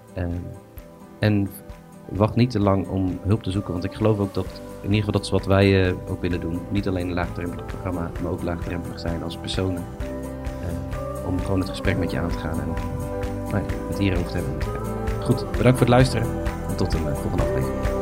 En wacht niet te lang om hulp te zoeken. Want ik geloof ook dat, in ieder geval dat is wat wij ook willen doen. Niet alleen een laagdrempelig programma, maar ook laagdrempelig zijn als personen. Om gewoon het gesprek met je aan te gaan en het hierover te hebben. Goed, bedankt voor het luisteren en tot een volgende aflevering.